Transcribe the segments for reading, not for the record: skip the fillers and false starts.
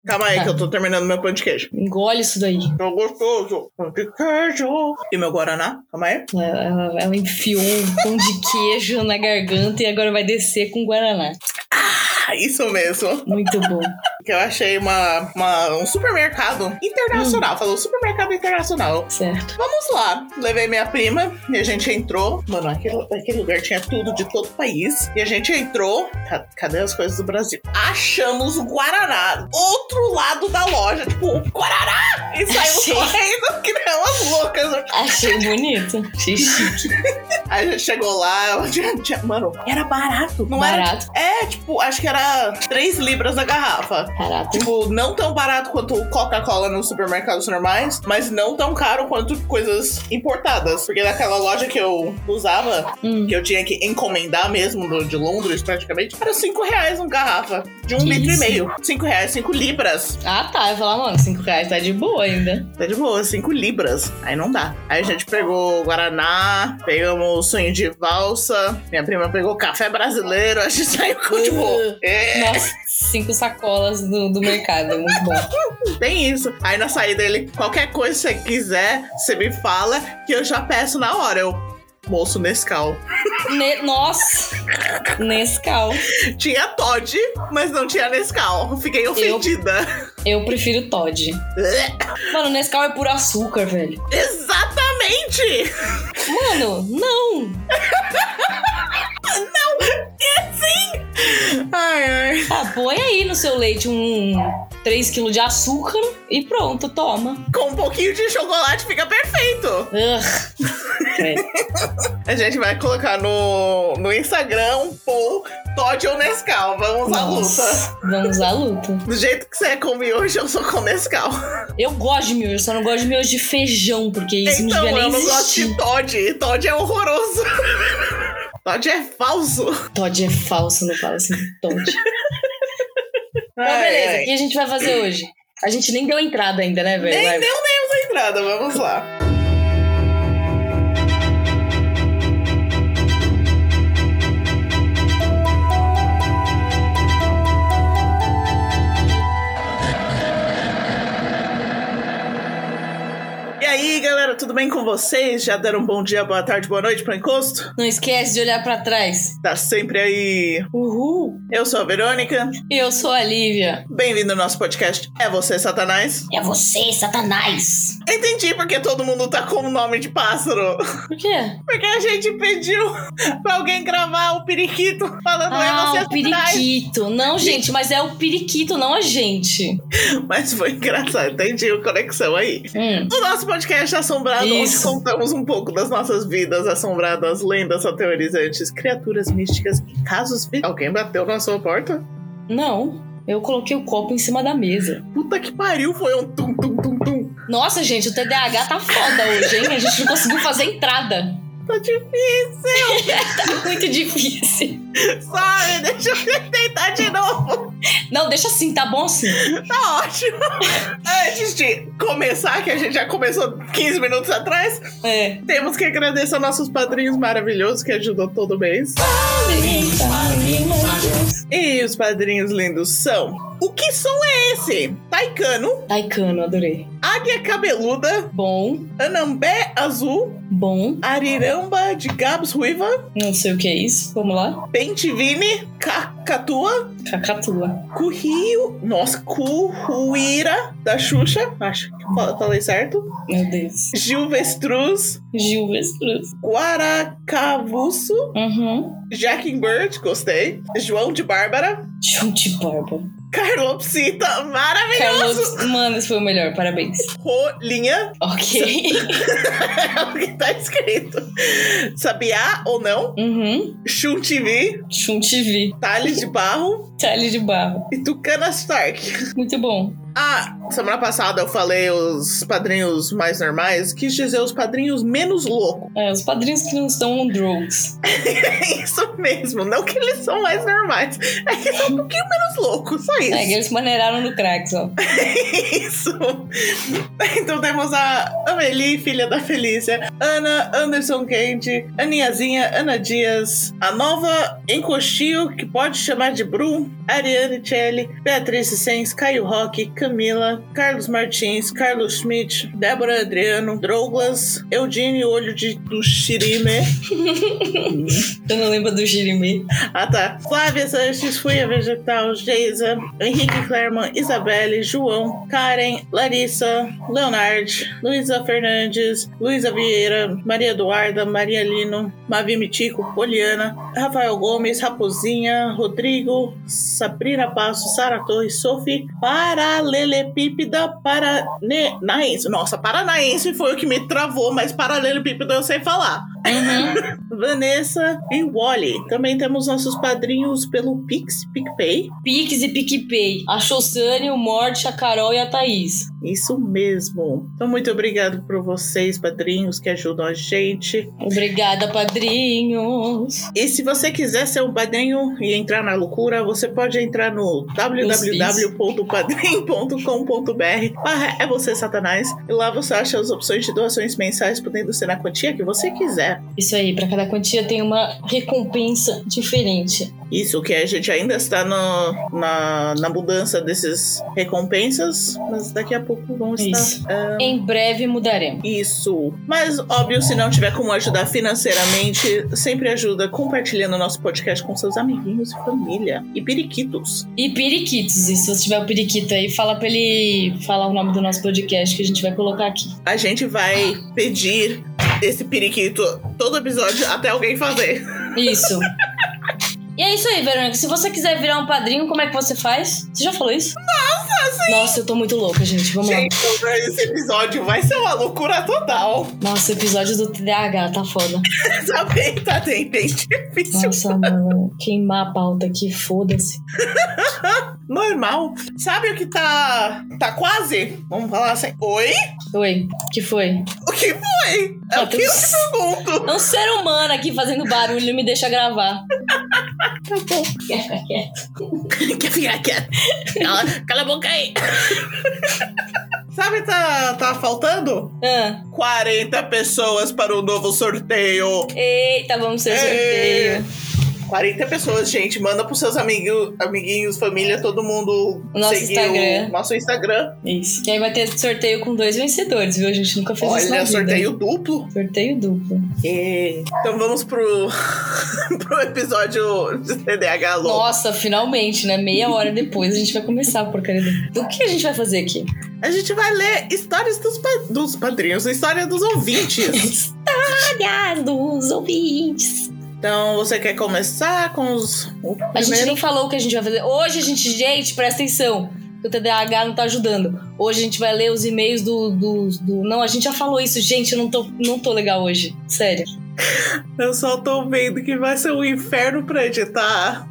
Calma aí, que eu tô terminando meu pão de queijo. Engole isso daí. Tô gostoso. Pão de queijo. E meu guaraná? Calma aí. Ela enfiou um pão de queijo na garganta e agora vai descer com guaraná. Isso mesmo. Muito bom. Que eu achei um supermercado internacional. Falou supermercado internacional. Certo. Vamos lá. Levei minha prima e a gente entrou. Mano, aquele lugar tinha tudo de todo o país. E a gente entrou. Cadê as coisas do Brasil? Achamos o guaraná. Outro lado da loja. Tipo, guaraná! E saímos correndo que nem umas loucas. Achei bonito. Achei chique. Aí a gente chegou lá. Mano, era barato. Não barato? Era, tipo, acho que era 3 libras a garrafa. Barato. Tipo, não tão barato quanto Coca-Cola nos supermercados normais, mas não tão caro quanto coisas importadas. Porque naquela loja que eu usava, que eu tinha que encomendar mesmo de Londres, praticamente, era R$5 uma garrafa. De 1,5 litro. R$5, 5 libras. Ah, tá. Eu ia falar, mano, R$5 tá de boa ainda. Tá de boa, 5 libras. Aí não dá. Aí a gente pegou Guaraná, pegamos sonho de valsa, minha prima pegou café brasileiro, a gente saiu com, tipo... Nossa, 5 sacolas do mercado, muito bom. Tem isso. Aí na saída ele, qualquer coisa que você quiser, você me fala que eu já peço na hora. Moço, Nescau. Nossa! Nescau. Tinha Toddy, mas não tinha Nescau. Fiquei ofendida. Eu prefiro Toddy. Mano, Nescau é puro açúcar, velho. Exatamente! Mano, não! Não! É sim! Ai. Põe aí no seu leite 3 kg de açúcar e pronto, toma. Com um pouquinho de chocolate fica perfeito. A gente vai colocar no Instagram um poll Toddy ou Nescau. Vamos à luta. Vamos à luta. Do jeito que você é com miojo, eu sou com Nescau. Eu gosto de miojo, só não gosto de miojo de feijão, porque isso não devia nem existir. Então, eu não gosto de Toddy. Toddy é horroroso. Toddy é falso. Toddy é falso, não fala assim Toddy. Então, beleza, o que a gente vai fazer hoje? A gente nem deu entrada ainda, né, velho? Nem demos a entrada, vamos lá. E aí, galera, tudo bem com vocês? Já deram um bom dia, boa tarde, boa noite pro encosto? Não esquece de olhar pra trás. Tá sempre aí. Uhul. Eu sou a Verônica. E eu sou a Lívia. Bem-vindo ao nosso podcast. É você, Satanás? É você, Satanás. Entendi porque todo mundo tá com o nome de pássaro. Por quê? Porque a gente pediu pra alguém gravar o periquito falando é você, o periquito. Não, gente, mas é o periquito, não a gente. Mas foi engraçado, entendi a conexão aí. O nosso podcast Assombrado, onde contamos um pouco das nossas vidas assombradas, lendas aterrorizantes, criaturas místicas e casos... Alguém bateu na sua porta? Não, eu coloquei o copo em cima da mesa. Puta que pariu, foi um tum, tum, tum, tum. Nossa, gente, o TDAH tá foda hoje, hein? A gente não conseguiu fazer entrada. Tá difícil. Tá muito difícil. Sorry, deixa eu tentar de novo. Não, deixa assim, tá bom assim. Tá ótimo. Antes de começar, que a gente já começou 15 minutos atrás, temos que agradecer aos nossos padrinhos maravilhosos que ajudam todo mês. E os padrinhos lindos são... O que som é esse? Taicano. Taicano, adorei. Águia Cabeluda. Bom. Anambé Azul. Bom. Ariramba de Gabs Ruiva. Não sei o que é isso. Vamos lá. Pentivine. Cacatua. Cacatua. Currio. Nossa, Curruíra da Xuxa. Acho que falei certo. Meu Deus. Gilvestruz. Gilvestruz. Guaracavuço. Jackingbird, gostei. João de Bárbara. João de Bárbara. Carlopsita, maravilhoso! Mano, esse foi o melhor, parabéns. Rolinha. Ok. É o que tá escrito. Sabiá ou não? Chuntivi. Chuntivi. Talhes de Barro. Talhes de Barro. E Tucana Stark. Muito bom. Semana passada eu falei os padrinhos mais normais, quis dizer os padrinhos menos loucos. Os padrinhos que não estão on drugs. É isso mesmo, não que eles são mais normais, é que são um pouquinho menos loucos, só isso. É que eles maneiraram no crack, só. Isso. Então temos a Amelie, filha da Felícia, Ana, Anderson Quente, Aninhazinha, Ana Dias, a nova Encoxio, que pode chamar de Bru, Ariane Celli, Beatriz Sens, Caio Roque, Camila, Carlos Martins, Carlos Schmidt, Débora Adriano, Douglas, Eudine Olho do Xirime. Eu não lembro do Xirime. Ah, tá. Flávia Sanches, Fuia Vegetal, Geisa, Henrique Clerman, Isabelle, João, Karen, Larissa, Leonard, Luísa Fernandes, Luísa Vieira, Maria Eduarda, Maria Lino, Mavi Mitico, Poliana, Rafael Gomes, Raposinha, Rodrigo, Sabrina Passo, Sara Torres, Sophie, Paralelepípeda Paranaense. Nossa, Paranaense foi o que me travou, mas Paralelepípedo eu sei falar. Vanessa e Wally. Também temos nossos padrinhos pelo PicPay. Pix e PicPay. A Chossane, o Morte, a Carol e a Thaís. Isso mesmo. Então, muito obrigado por vocês, padrinhos, que ajudam a gente. Obrigada, padrinhos. E se você quiser ser um padrinho e entrar na loucura, você pode entrar no www.padrim.com.br/É Você Satanás. E lá você acha as opções de doações mensais, podendo ser na quantia que você quiser. Isso aí, para cada quantia tem uma recompensa diferente. Isso, que a gente ainda está na mudança dessas recompensas, mas daqui a pouco vão estar... Em breve mudaremos. Isso. Mas, óbvio, se não tiver como ajudar financeiramente, sempre ajuda compartilhando o nosso podcast com seus amiguinhos e família. E periquitos. E se você tiver o periquito aí, fala pra ele falar o nome do nosso podcast que a gente vai colocar aqui. A gente vai pedir esse periquito todo episódio até alguém fazer. Isso. E é isso aí, Verônica. Se você quiser virar um padrinho, como é que você faz? Você já falou isso? Nossa, sim! Nossa, eu tô muito louca, gente. Vamos lá. Esse episódio vai ser uma loucura total. Nossa, o episódio do TDAH tá foda. Também tá bem difícil. Nossa, mano. Queimar a pauta aqui, foda-se. Normal. Sabe o que tá quase? Vamos falar assim. Oi? Oi, que foi? O que foi? É o que eu te pergunto. É um ser humano aqui fazendo barulho e me deixa gravar. Tá bom. Quer ficar quieto? Quer ficar quieto? Cala a boca aí. Sabe, tá faltando? 40 pessoas para o novo sorteio. Eita, vamos ser sorteio. 40 pessoas, gente. Manda pros seus amiguinhos, família, todo mundo seguir o nosso Instagram. Isso. E aí vai ter sorteio com 2 vencedores, viu? A gente nunca fez isso na vida. Olha, sorteio duplo. Sorteio duplo. Então vamos pro episódio de TDAH louco. Nossa, finalmente, né? Meia hora depois a gente vai começar a porcaria do que a gente vai fazer aqui? A gente vai ler histórias dos padrinhos, história dos ouvintes. Histórias dos ouvintes. Então, você quer começar com os... A gente nem falou o que a gente vai fazer. Hoje, gente, presta atenção. O TDAH não tá ajudando. Hoje a gente vai ler os e-mails do... Não, a gente já falou isso, gente. Eu não tô legal hoje. Sério. Eu só tô vendo que vai ser um inferno pra editar.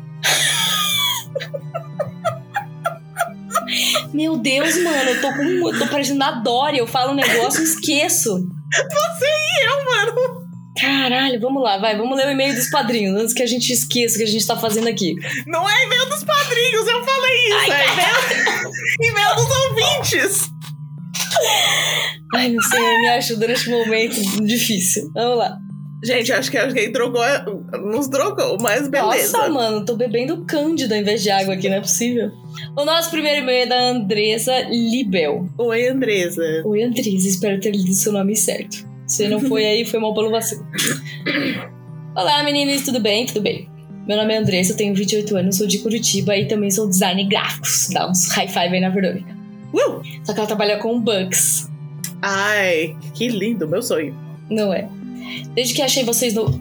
Meu Deus, mano. Eu tô parecendo a Dory. Eu falo um negócio e esqueço. Você e eu, mano. Caralho, vamos lá, vamos ler o e-mail dos padrinhos, antes que a gente esqueça o que a gente tá fazendo aqui. Não é e-mail dos padrinhos, eu falei isso, e-mail dos ouvintes. Ai, meu senhor, me ajuda neste momento difícil. Vamos lá. Gente, acho que alguém nos drogou, mas beleza. Nossa, mano, tô bebendo Cândido ao invés de água aqui, não é possível. O nosso primeiro e-mail é da Andressa Libel. Oi, Andressa. Oi, Andressa, espero ter lido seu nome certo. Se não foi aí, foi mal pelo vacilo. Olá, meninas, tudo bem? Tudo bem. Meu nome é Andressa, eu tenho 28 anos, sou de Curitiba e também sou designer gráficos. Dá uns high five aí na Verônica. Só que ela trabalha com bugs. Ai, que lindo, meu sonho. Não é? Desde que achei vocês no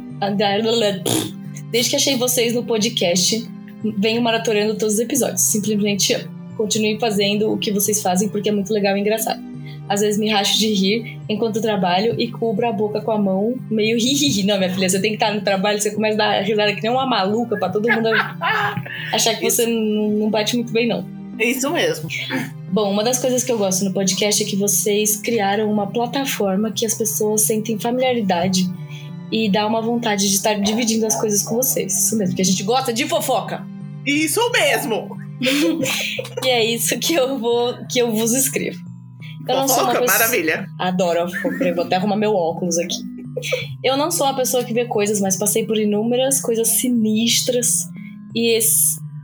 podcast, venho maratonando todos os episódios. Simplesmente amo. Continuem fazendo o que vocês fazem porque é muito legal e engraçado. Às vezes me racho de rir enquanto trabalho e cubro a boca com a mão, meio ri. Não, minha filha, você tem que estar no trabalho, você começa a dar risada que nem uma maluca pra todo mundo achar que você não bate muito bem, não. É isso mesmo. Bom, uma das coisas que eu gosto no podcast é que vocês criaram uma plataforma que as pessoas sentem familiaridade e dá uma vontade de estar dividindo as coisas com vocês. Isso mesmo, porque a gente gosta de fofoca. Isso mesmo! E é isso que eu vos escrevo. Eu não sou uma pessoa... Maravilha. Adoro a fofoca, vou até arrumar meu óculos aqui. Eu não sou uma pessoa que vê coisas, mas passei por inúmeras coisas sinistras e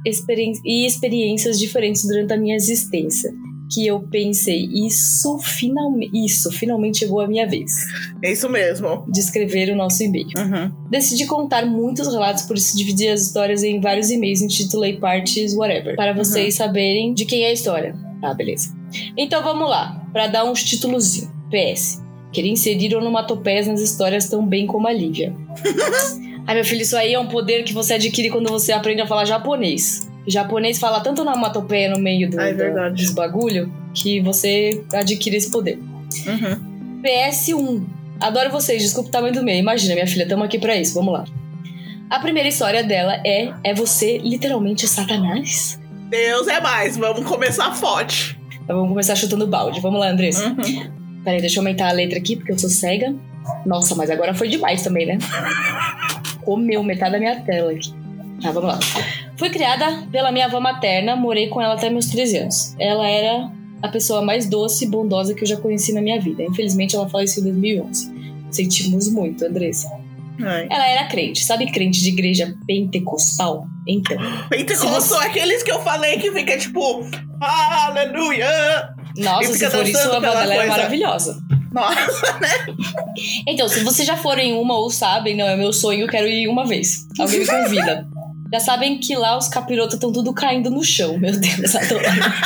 experiências diferentes durante a minha existência. Que eu pensei, finalmente chegou a minha vez. É isso mesmo. De escrever o nosso e-mail. Decidi contar muitos relatos, por isso dividi as histórias em vários e-mails, intitulei partes whatever, para vocês saberem de quem é a história. Tá, beleza. Então vamos lá, para dar uns títulozinho. PS. Queria inserir onomatopeias nas histórias tão bem como a Lívia. Ai, meu filho, isso aí é um poder que você adquire quando você aprende a falar japonês. O japonês fala tanto onomatopeia no meio dos bagulho que você adquire esse poder. PS1. Adoro vocês, desculpa o tamanho do meio. Imagina, minha filha, estamos aqui pra isso. Vamos lá. A primeira história dela é você literalmente Satanás? Deus é mais, vamos começar forte. Então, vamos começar chutando balde. Vamos lá, Andressa. Peraí, deixa eu aumentar a letra aqui, porque eu sou cega. Nossa, mas agora foi demais também, né? Comeu metade da minha tela aqui. Tá, vamos lá. Fui criada pela minha avó materna, morei com ela até meus 13 anos. Ela era a pessoa mais doce e bondosa que eu já conheci na minha vida. Infelizmente, ela faleceu em 2011. Sentimos muito, Andressa. Ela era crente, sabe crente de igreja pentecostal? Então. Pentecostal é aqueles que eu falei que fica tipo, aleluia! Nossa, se for isso, a avó dela é maravilhosa. Nossa, né? Então, se vocês já forem uma ou sabem, não é meu sonho, eu quero ir uma vez. Alguém me convida. Já sabem que lá os capirotos estão tudo caindo no chão. Meu Deus, adoro.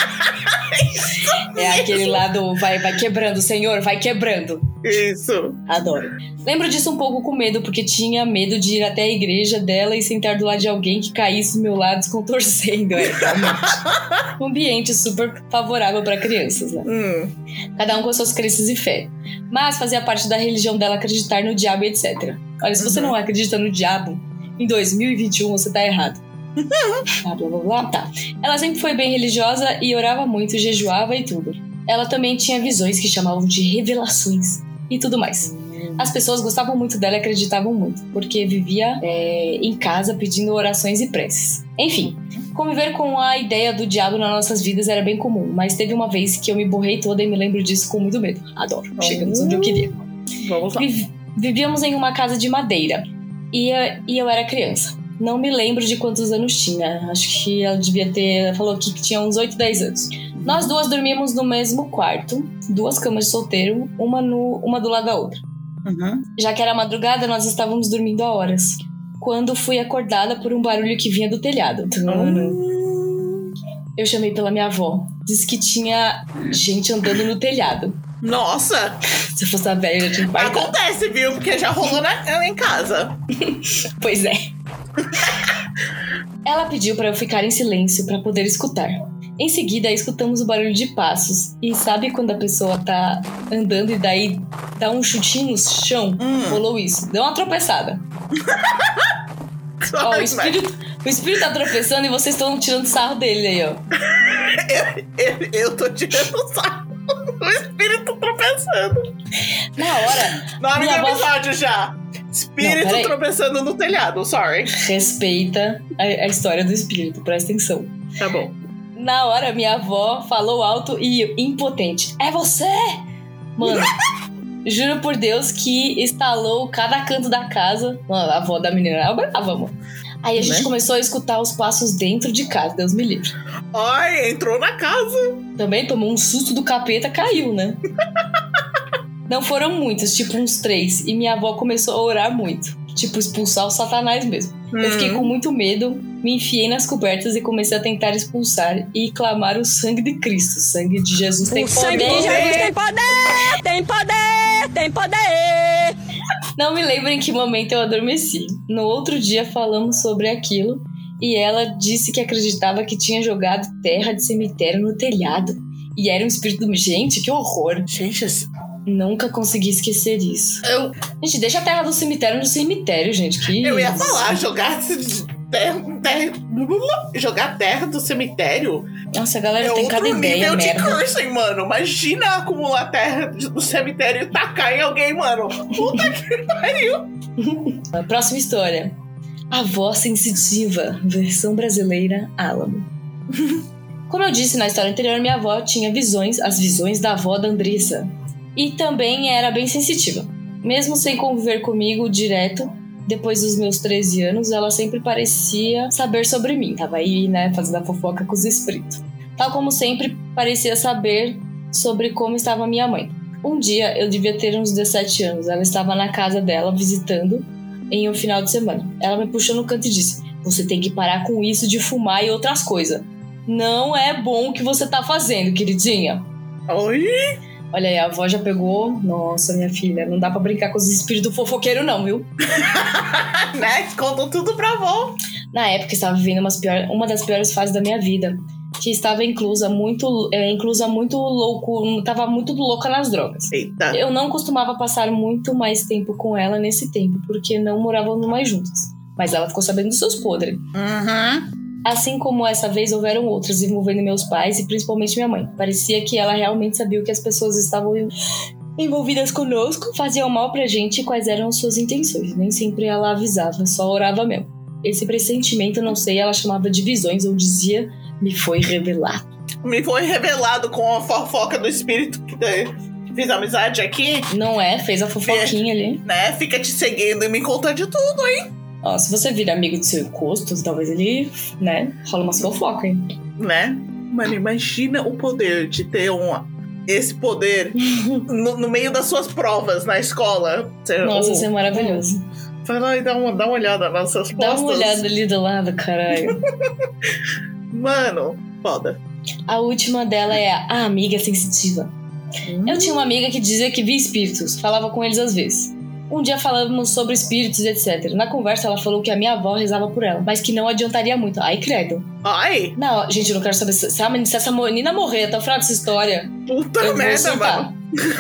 É aquele lado, vai quebrando, Senhor, vai quebrando. Isso. Adoro. Lembro disso um pouco com medo, porque tinha medo de ir até a igreja dela e sentar do lado de alguém que caísse do meu lado descontorcendo. Um ambiente super favorável para crianças, né? Cada um com suas crenças e fé. Mas fazia parte da religião dela acreditar no diabo e etc. Olha, se você não acredita no diabo, em 2021 você tá errado. Blá, blá, blá, blá. Tá. Ela sempre foi bem religiosa e orava muito, jejuava e tudo. Ela também tinha visões que chamavam de revelações e tudo mais. As pessoas gostavam muito dela e acreditavam muito, porque vivia em casa pedindo orações e preces. Enfim, conviver com a ideia do diabo nas nossas vidas era bem comum, mas teve uma vez que eu me borrei toda e me lembro disso com muito medo. Adoro, chegamos onde eu queria. Vamos lá. Vivíamos em uma casa de madeira e eu era criança. Não me lembro de quantos anos tinha. Acho que ela devia ter... Ela falou aqui que tinha uns 8, 10 anos. Nós duas dormíamos no mesmo quarto. 2 camas de solteiro. Uma do lado da outra. Já que era madrugada, nós estávamos dormindo há horas. Quando fui acordada por um barulho que vinha do telhado. Eu chamei pela minha avó. Disse que tinha gente andando no telhado. Nossa! Se eu fosse a velha, eu tinha infartado. Acontece, viu? Porque já rolou em casa. Pois é. Ela pediu para eu ficar em silêncio para poder escutar. Em seguida, escutamos o barulho de passos. E sabe quando a pessoa tá andando e daí dá um chutinho no chão? Rolou isso. Deu uma tropeçada. Ó, o espírito tá tropeçando e vocês estão tirando sarro dele aí, ó. Eu tô tirando sarro. O espírito tropeçando. Na hora... Nome do episódio já. Espírito tropeçando no telhado, sorry. Respeita a história do espírito, presta atenção. Tá bom. Na hora, minha avó falou alto e impotente. É você? Mano, juro por Deus que estalou cada canto da casa. Mano, a avó da menina era brava, mano. Aí a gente começou a escutar os passos dentro de casa, Deus me livre. Ai, entrou na casa. Também tomou um susto do capeta, caiu, né? Não foram muitos, tipo uns 3. E minha avó começou a orar muito. Tipo, expulsar o Satanás mesmo. Eu fiquei com muito medo, me enfiei nas cobertas e comecei a tentar expulsar e clamar o sangue de Cristo. O sangue de Jesus tem poder. O sangue de Jesus tem poder! Tem poder! Tem poder! Não me lembro em que momento eu adormeci. No outro dia falamos sobre aquilo e ela disse que acreditava que tinha jogado terra de cemitério no telhado. E era um espírito do... Gente, que horror! Gente, nunca consegui esquecer isso. Gente, deixa a terra do cemitério no cemitério, gente. Que eu ia falar, jogar terra do cemitério. Nossa, a galera tem cada ideia, é outro nível merda. de cursing, mano. Imagina acumular terra do cemitério e tacar em alguém, mano. Puta que pariu. A próxima história. A voz sensitiva, versão brasileira, Álamo. Como eu disse na história anterior, minha avó tinha as visões da avó da Andressa. E também era bem sensitiva. Mesmo sem conviver comigo direto, Depois dos meus 13 anos, ela sempre parecia saber sobre mim. Tava aí, né, fazendo a fofoca com os espíritos. Tal como sempre, parecia saber sobre como estava minha mãe. Um dia, eu devia ter uns 17 anos. Ela estava na casa dela, visitando, em um final de semana. Ela me puxou no canto e disse: você tem que parar com isso de fumar e outras coisas. Não é bom o que você tá fazendo, queridinha. Oi? Olha aí, a avó já pegou. Nossa, minha filha, não dá pra brincar com os espíritos fofoqueiros não, viu? Né? Contam tudo pra avó. Na época, estava vivendo uma das piores fases da minha vida, que estava inclusa muito louco, tava muito louca nas drogas. Eita. Eu não costumava passar muito mais tempo com ela nesse tempo, porque não morávamos mais juntas. Mas ela ficou sabendo dos seus podres. Uhum. Assim como essa vez, houveram outras envolvendo meus pais e principalmente minha mãe. Parecia que ela realmente sabia o que as pessoas estavam envolvidas conosco, faziam mal pra gente e quais eram suas intenções. Nem sempre ela avisava, só orava mesmo. Esse pressentimento, não sei, ela chamava de visões ou dizia: me foi revelado. Me foi revelado com a fofoca do espírito que fiz amizade aqui. Não é? Fez a fofoquinha ali. Né? Fica te seguindo e me conta de tudo, hein? Ó, se você vira amigo do seu encosto, talvez ele, né, rola uma fofoca, hein? Né? Mano, imagina o poder de ter esse poder no meio das suas provas na escola. Nossa, isso é maravilhoso. Vai lá e dá uma olhada nas suas postas. Dá uma olhada ali do lado, caralho. Mano, foda. A última dela é a amiga sensitiva. Eu tinha uma amiga que dizia que via espíritos, falava com eles às vezes. Um dia falamos sobre espíritos e etc. Na conversa ela falou que a minha avó rezava por ela, mas que não adiantaria muito. Ai, credo. Ai! Não, gente, eu não quero saber se essa menina morrer até o final dessa história. Puta merda, mano.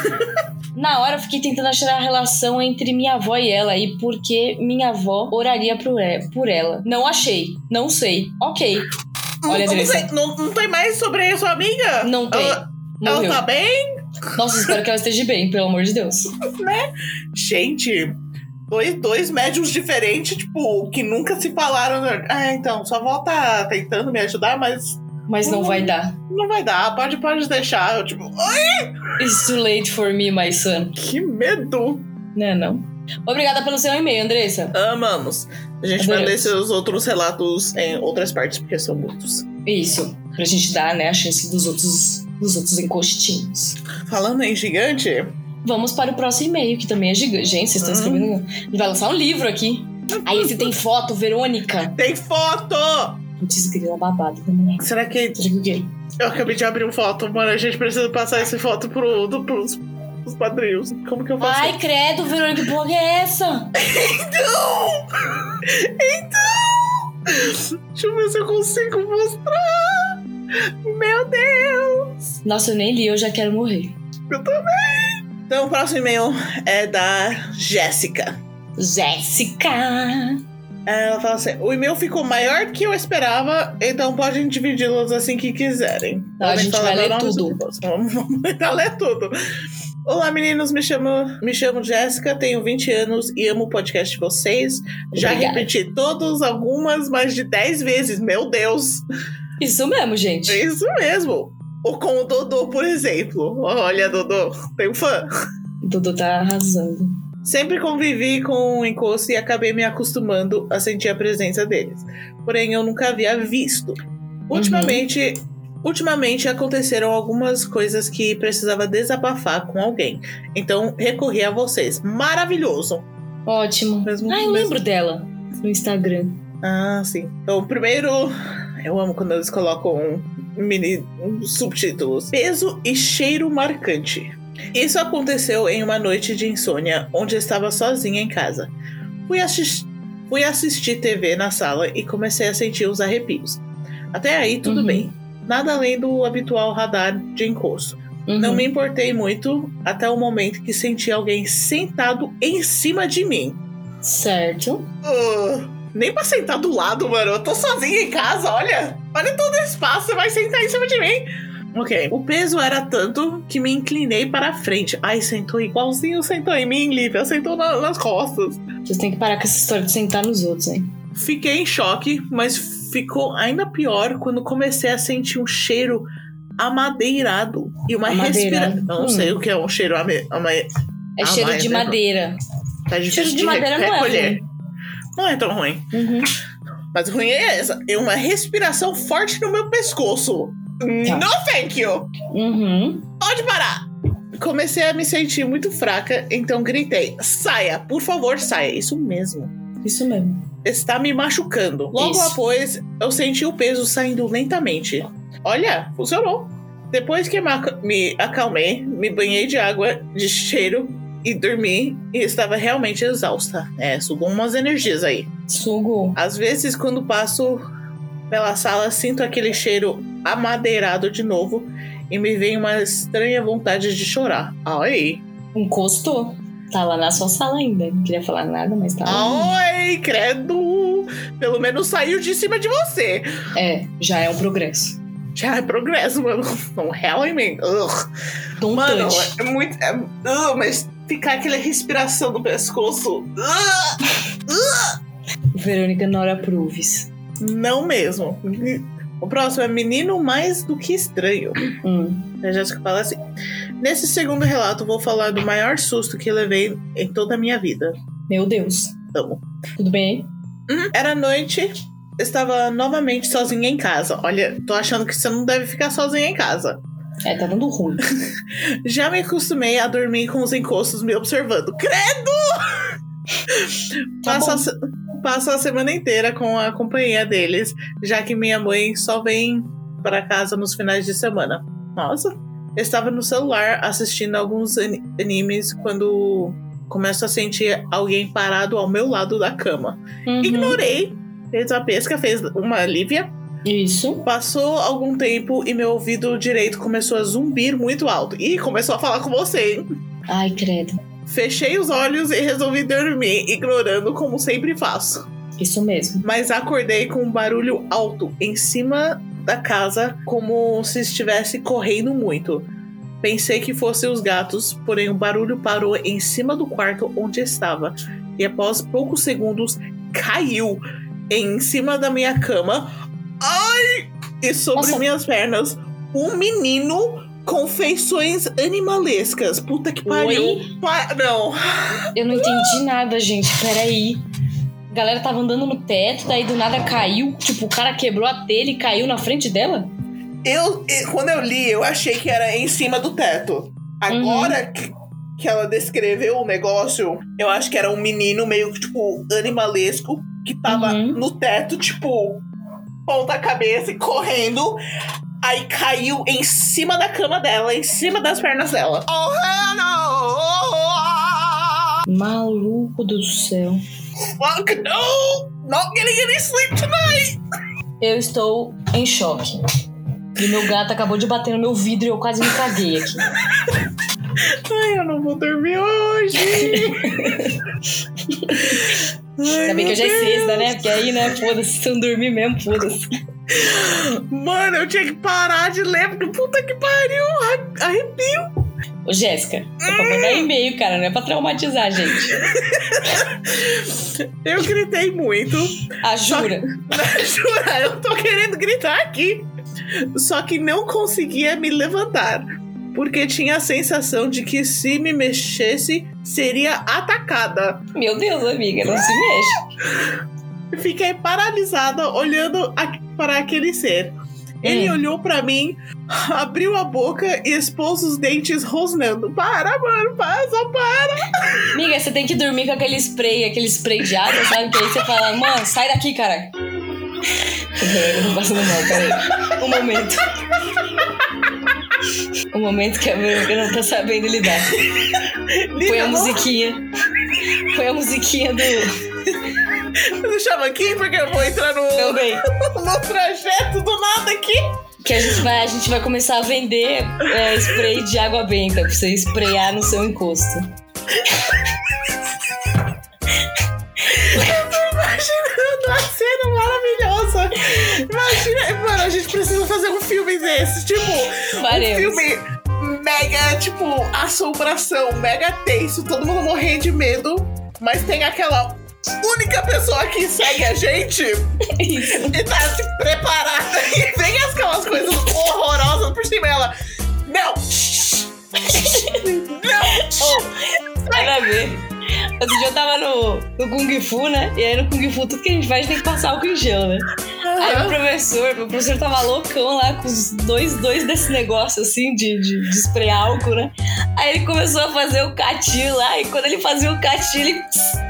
Na hora eu fiquei tentando achar a relação entre minha avó e ela e por que minha avó oraria por ela. Não achei. Não sei. Ok. Olha, não tem mais sobre a sua amiga? Não tem. Ela tá bem? Nossa, espero que ela esteja bem, pelo amor de Deus. Né? Gente, dois médiums diferentes, tipo, que nunca se falaram. Ah, então, sua avó tá tentando me ajudar, mas não vai dar. Não vai dar, pode deixar. Eu, tipo, ai! It's too late for me, my son. Que medo. Não. Obrigada pelo seu e-mail, Andressa. Amamos. A gente vai ler seus outros relatos em outras partes, porque são muitos. Isso, pra gente dar, né, a chance dos outros encostinhos. Falando em gigante... Vamos para o próximo e-mail, que também é gigante. Gente, vocês estão escrevendo... Ele vai lançar um livro aqui. Aí esse tem foto, Verônica. Tem foto! Putz, grila babado. Vamos lá. Será que o quê? Eu acabei de abrir uma foto, mano. A gente precisa passar essa foto pros padrinhos. Como que eu faço? Ai, credo, Verônica, que porra é essa? Então! Deixa eu ver se eu consigo mostrar. Meu Deus! Nossa, eu nem li, eu já quero morrer. Eu também! Então, o próximo e-mail é da Jéssica. Ela fala assim: o e-mail ficou maior que eu esperava, então podem dividi-los assim que quiserem. A gente vai ler tudo. Vamos ler tudo. Olá, meninos, me chamo Jéssica, tenho 20 anos e amo o podcast de vocês. Já repeti todos, algumas, mais de 10 vezes, meu Deus. Isso mesmo, gente. Isso mesmo. Ou com o Dodô, por exemplo. Olha, Dodô, tem um fã. O Dodô tá arrasando. Sempre convivi com o encosto e acabei me acostumando a sentir a presença deles. Porém, eu nunca havia visto. Ultimamente aconteceram algumas coisas que precisava desabafar com alguém. Então, recorri a vocês. Maravilhoso. Ótimo. Eu lembro dela no Instagram. Ah, sim. Então, primeiro, eu amo quando eles colocam subtítulos. Peso e cheiro marcante. Isso aconteceu em uma noite de insônia, onde eu estava sozinha em casa. Fui assistir TV na sala e comecei a sentir os arrepios. Até aí, tudo bem. Nada além do habitual radar de encosto. Não me importei muito até o momento que senti alguém sentado em cima de mim. Certo. Nem pra sentar do lado, mano. Eu tô sozinha em casa, olha. Olha todo o espaço, você vai sentar em cima de mim. Ok. O peso era tanto que me inclinei para a frente. Ai, sentou igualzinho, sentou em mim, Lívia. Sentou nas costas. Vocês têm que parar com essa história de sentar nos outros, hein? Fiquei em choque, mas ficou ainda pior quando comecei a sentir um cheiro amadeirado. E uma respiração. Não sei o que é um cheiro É cheiro de madeira. Tá difícil cheiro de madeira não é ruim. Não é tão ruim. Uhum. Mas o ruim é essa. É uma respiração forte no meu pescoço. Tá. No thank you. Uhum. Pode parar. Comecei a me sentir muito fraca, então gritei: saia, por favor, saia. Isso mesmo. Isso mesmo. Está me machucando. Logo Isso. após, eu senti o peso saindo lentamente. Olha, funcionou. Depois que me acalmei, me banhei de água de cheiro e dormi, e estava realmente exausta. Sugou umas energias aí. Sugo. Às vezes, quando passo pela sala, sinto aquele cheiro amadeirado de novo e me vem uma estranha vontade de chorar. Ai. Encostou. Tá lá na sua sala ainda. Não queria falar nada, mas tá lá. Ai, credo. Pelo menos saiu de cima de você. Já é um progresso. Já é progresso, mano. Não, realmente. Don't Mano, touch. é muito... mas ficar aquela respiração do pescoço... Verônica Nora Pruves. Não mesmo. O próximo é Menino Mais do que Estranho. A Jéssica fala assim: nesse segundo relato, vou falar do maior susto que levei em toda a minha vida. Meu Deus. Amo. Tudo bem? Era noite, estava novamente sozinha em casa. Olha, tô achando que você não deve ficar sozinha em casa. Tá dando ruim. Já me acostumei a dormir com os encostos me observando. Credo! Passo a semana inteira com a companhia deles, já que minha mãe só vem para casa nos finais de semana. Nossa. Eu estava no celular assistindo alguns animes quando começo a sentir alguém parado ao meu lado da cama. Ignorei. Fez a pesca, fez uma Lívia. Isso. Passou algum tempo e meu ouvido direito começou a zumbir muito alto. E começou a falar com você, hein? Ai, credo. Fechei os olhos e resolvi dormir, ignorando como sempre faço. Isso mesmo. Mas acordei com um barulho alto em cima da casa, como se estivesse correndo muito. Pensei que fossem os gatos, porém o barulho parou em cima do quarto onde estava. E após poucos segundos, caiu em cima da minha cama. Ai! E sobre minhas pernas, um menino com feições animalescas. Puta que pariu. Não. Eu não entendi nada, gente. Peraí. A galera tava andando no teto, daí do nada caiu. Tipo, o cara quebrou a telha e caiu na frente dela? Quando eu li, eu achei que era em cima do teto. Agora que ela descreveu o negócio, eu acho que era um menino meio, tipo, animalesco, que tava no teto, tipo, ponta cabeça e correndo. Aí caiu em cima da cama dela, em cima das pernas dela. Oh, no! Maluco do céu. Fuck no! Not getting any sleep tonight! Eu estou em choque. E meu gato acabou de bater no meu vidro e eu quase me caguei aqui. Ai, eu não vou dormir hoje. Ainda bem que hoje é sexta, né? Porque aí, né, foda-se, se eu não dormir mesmo, foda-se. Mano, eu tinha que parar de ler, porque puta que pariu, arrepio. Ô, Jéssica, é pra mandar e-mail, cara, não é pra traumatizar a gente. Eu gritei muito. Jura? Jura, eu tô querendo gritar aqui. Só que não conseguia me levantar, porque tinha a sensação de que se me mexesse, seria atacada. Meu Deus, amiga, não se mexe. Fiquei paralisada olhando para aquele ser. Ele olhou pra mim, abriu a boca e expôs os dentes rosnando. Para, mano, só para. Amiga, você tem que dormir com aquele spray de água, sabe? Que aí você fala, mano, sai daqui, cara. Eu tô passando mal, peraí. Um momento que a Verônica não tá sabendo lidar. Põe a musiquinha do... Não chama aqui porque eu vou entrar no projeto do nada aqui. Que a gente vai começar a vender spray de água benta pra você sprayar no seu encosto. Eu tô imaginando a cena maravilhosa. Imagina, mano, a gente precisa fazer um filme desse. Tipo, Faremos. Um filme mega, tipo, assombração, mega tenso, todo mundo morrendo de medo, mas tem aquela única pessoa que segue a gente e tá tipo, preparada e vem aquelas coisas horrorosas por cima dela. Não! Não! Nada a ver. Outro dia eu tava no Kung Fu, né? E aí no Kung Fu tudo que a gente faz tem que passar álcool em gel, né? Aí meu professor tava loucão lá com os dois desses negócios assim de spray álcool, né? Aí ele começou a fazer o catinho lá, e quando ele fazia o catinho, ele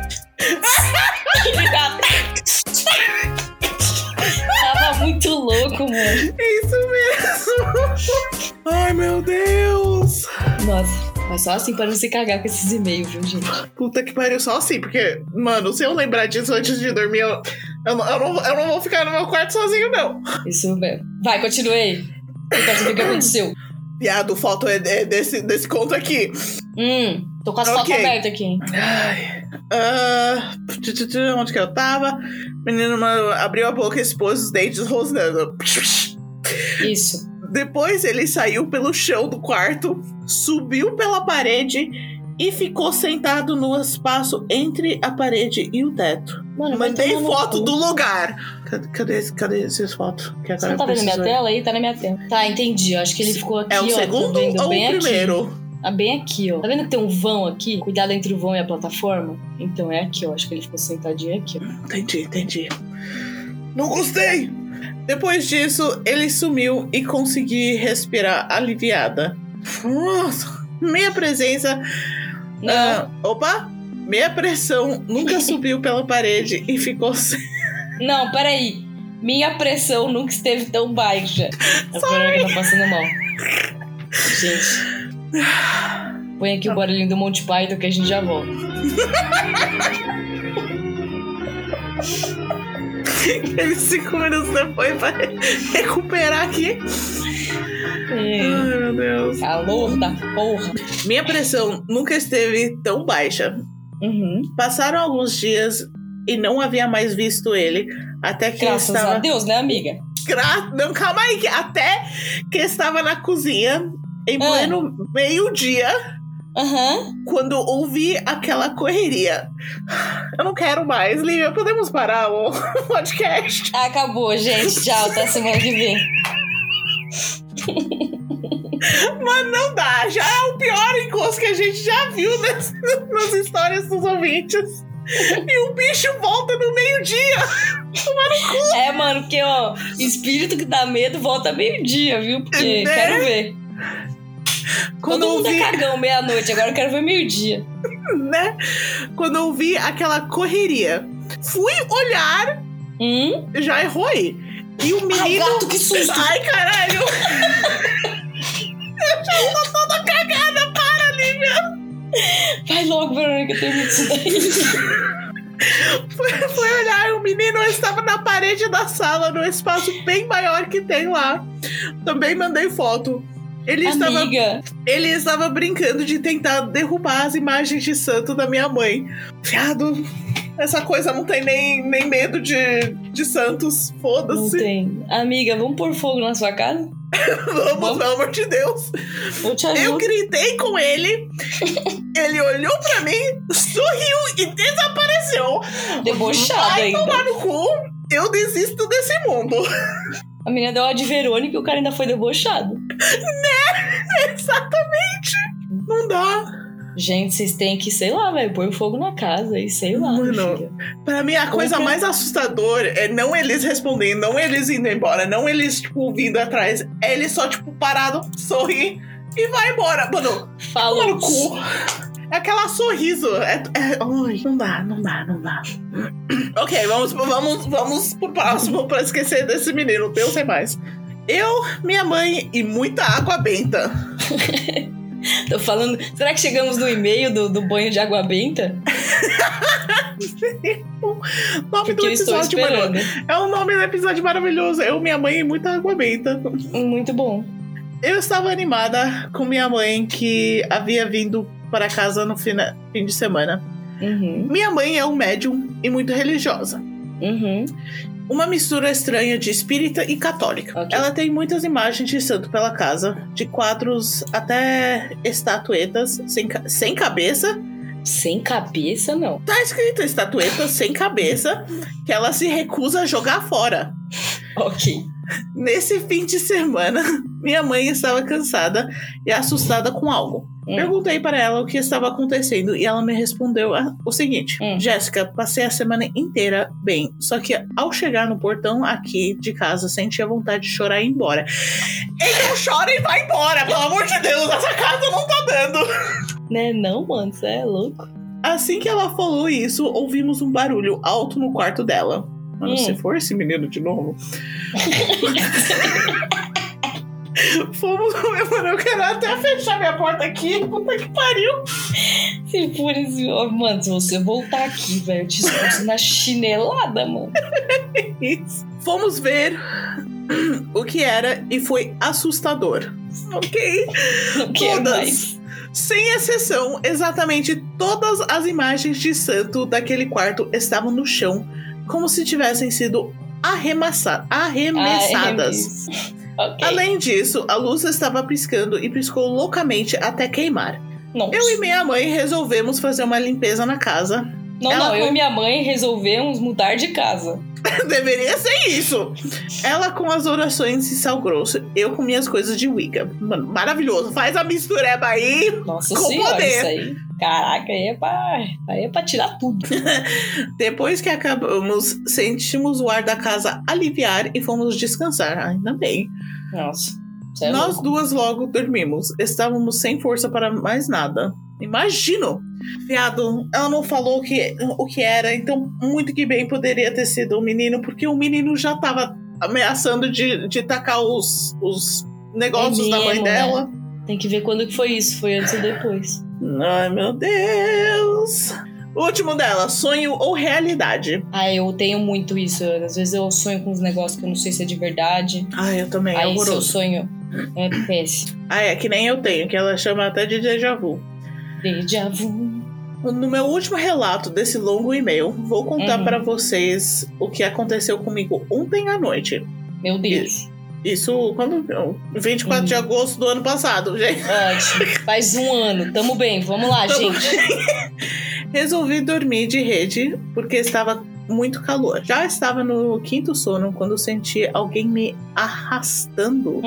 tava muito louco, mano. Isso mesmo. Ai, meu Deus. Nossa, mas só assim pra não se cagar com esses e-mails, viu, gente? Puta que pariu, só assim, porque, mano, se eu lembrar disso antes de dormir, eu não vou ficar no meu quarto sozinho, não. Isso mesmo. Vai, continue aí. Eu quero saber o que aconteceu. Viado, foto é desse conto aqui. Tô com as fotos abertas aqui. Ai. Onde que eu tava? Menino abriu a boca e expôs os dentes rosnando. Isso. Depois ele saiu pelo chão do quarto, subiu pela parede e ficou sentado no espaço entre a parede e o teto. Mano, mandei foto do lugar. Cadê essas fotos? Que agora você não tá vendo minha tela aí? Tá na minha tela. Tá, entendi. Acho que ele ficou aqui, é o segundo ou o primeiro? Aqui. Ah, bem aqui, ó. Tá vendo que tem um vão aqui? Cuidado entre o vão e a plataforma? Então é aqui, ó. Acho que ele ficou sentadinho aqui, ó. Entendi. Não gostei! Depois disso, ele sumiu e consegui respirar aliviada. Nossa, minha presença... minha pressão nunca subiu pela parede e ficou sem... Não, peraí. Minha pressão nunca esteve tão baixa. Agora que tá passando mal. Gente... Põe aqui o barulhinho do Monty Python que a gente já volta. Aqueles 5 minutos depois vai recuperar aqui. Ai, meu Deus. Calor da porra. Minha pressão nunca esteve tão baixa. Passaram alguns dias e não havia mais visto ele. Até que graças a Deus, né, amiga? Não, calma aí. Até que estava na cozinha em pleno meio-dia. Quando ouvi aquela correria. Eu não quero mais, Lívia. Podemos parar o podcast? Acabou, gente. Tchau, até semana que vem. Mas não dá. Já é o pior encosto que a gente já viu nas histórias dos ouvintes. E o bicho volta no meio-dia. Tomar no cu. É, mano, porque, ó, espírito que dá medo volta meio-dia, viu? Porque quero ver. Quando todo mundo é cagão meia-noite, agora eu quero ver meio-dia. Né? Quando eu vi aquela correria, fui olhar, já errou aí. E o menino... Ai, gato, que susto! Ai, caralho! Eu já tô toda cagada, para, Lívia! Vai logo, Verônica, tem muito isso daí. Fui olhar, o menino estava na parede da sala, no espaço bem maior que tem lá. Também mandei foto. Ele estava brincando de tentar derrubar as imagens de santo da minha mãe. Viado, essa coisa não tem nem medo de santos. Foda-se. Não tem. Amiga, vamos pôr fogo na sua casa? Vamos, pelo amor de Deus. Eu gritei com ele. Ele olhou pra mim, sorriu e desapareceu. Debochado ainda. Vai tomar no cu. Eu desisto desse mundo. A menina deu uma de Verônica e o cara ainda foi debochado. Né? Exatamente. Não dá. Gente, vocês têm que, sei lá, velho, pôr fogo na casa e sei lá. Mano, pra mim a coisa mais assustadora é não eles respondendo, não eles indo embora, não eles, tipo, vindo atrás. É eles só, tipo, parado, sorrir e vai embora. Mano, falou no cu. É aquela sorriso. Ai, não dá. Ok, vamos pro próximo pra esquecer desse menino. Deus é mais. Eu, minha mãe e muita água benta. Tô falando... Será que chegamos no e-mail do banho de água benta? O nome do episódio, mano. É o nome do episódio maravilhoso. Eu, minha mãe e muita água benta. Muito bom. Eu estava animada com minha mãe que havia vindo para casa no fim de semana. Minha mãe é um médium e muito religiosa. Uma mistura estranha de espírita e católica. Okay. Ela tem muitas imagens de santo pela casa, de quadros até estatuetas sem cabeça. Sem cabeça, não. Tá escrito estatuetas sem cabeça que ela se recusa a jogar fora. Ok. Nesse fim de semana, minha mãe estava cansada e assustada com algo. Perguntei para ela o que estava acontecendo e ela me respondeu o seguinte: Jéssica, passei a semana inteira bem, só que ao chegar no portão aqui de casa senti a vontade de chorar e ir embora. Então chora e vai embora, pelo amor de Deus, essa casa não tá dando. Né, não, mano, você é louco. Assim que ela falou isso, ouvimos um barulho alto no quarto dela. Mano, se for esse menino de novo. Fomos, mano, eu quero até fechar minha porta aqui. Puta que pariu. Se for esse... Mano, se você voltar aqui, velho, eu te expulso na chinelada, mano. Isso. Fomos ver o que era e foi assustador. Ok? Não quero mais. Sem exceção, exatamente todas as imagens de santo daquele quarto estavam no chão, como se tivessem sido arremessadas. Okay. Além disso, a luz estava piscando e piscou loucamente até queimar. Nossa. Eu e minha mãe resolvemos fazer uma limpeza na casa. Eu e minha mãe resolvemos mudar de casa. Deveria ser isso. Ela com as orações e sal grosso, eu com minhas coisas de Wicca. Mano, maravilhoso. Faz a mistureba aí. Nossa com senhora, poder. Isso aí. Caraca, aí é pra tirar tudo. Depois que acabamos, sentimos o ar da casa aliviar e fomos descansar. Ainda bem. Nossa. Nós duas logo dormimos. Estávamos sem força para mais nada. Imagino. Viado, ela não falou o que era, então muito que bem poderia ter sido um menino, porque o menino já tava ameaçando de tacar os negócios da mãe dela. Né? Tem que ver quando que foi isso, foi antes ou depois. Ai, meu Deus. O último dela, sonho ou realidade? Eu tenho muito isso. Às vezes eu sonho com uns negócios que eu não sei se é de verdade. Eu também, Aí se eu sonho, é péssimo. É que nem eu tenho, que ela chama até de déjà vu. Déjà vu. No meu último relato desse longo e-mail, vou contar para vocês o que aconteceu comigo ontem à noite. Meu Deus. Isso quando 24 de agosto do ano passado, gente. Ótimo. Faz um ano. Tamo bem. Vamos lá, gente. Resolvi dormir de rede porque estava muito calor. Já estava no quinto sono quando senti alguém me arrastando.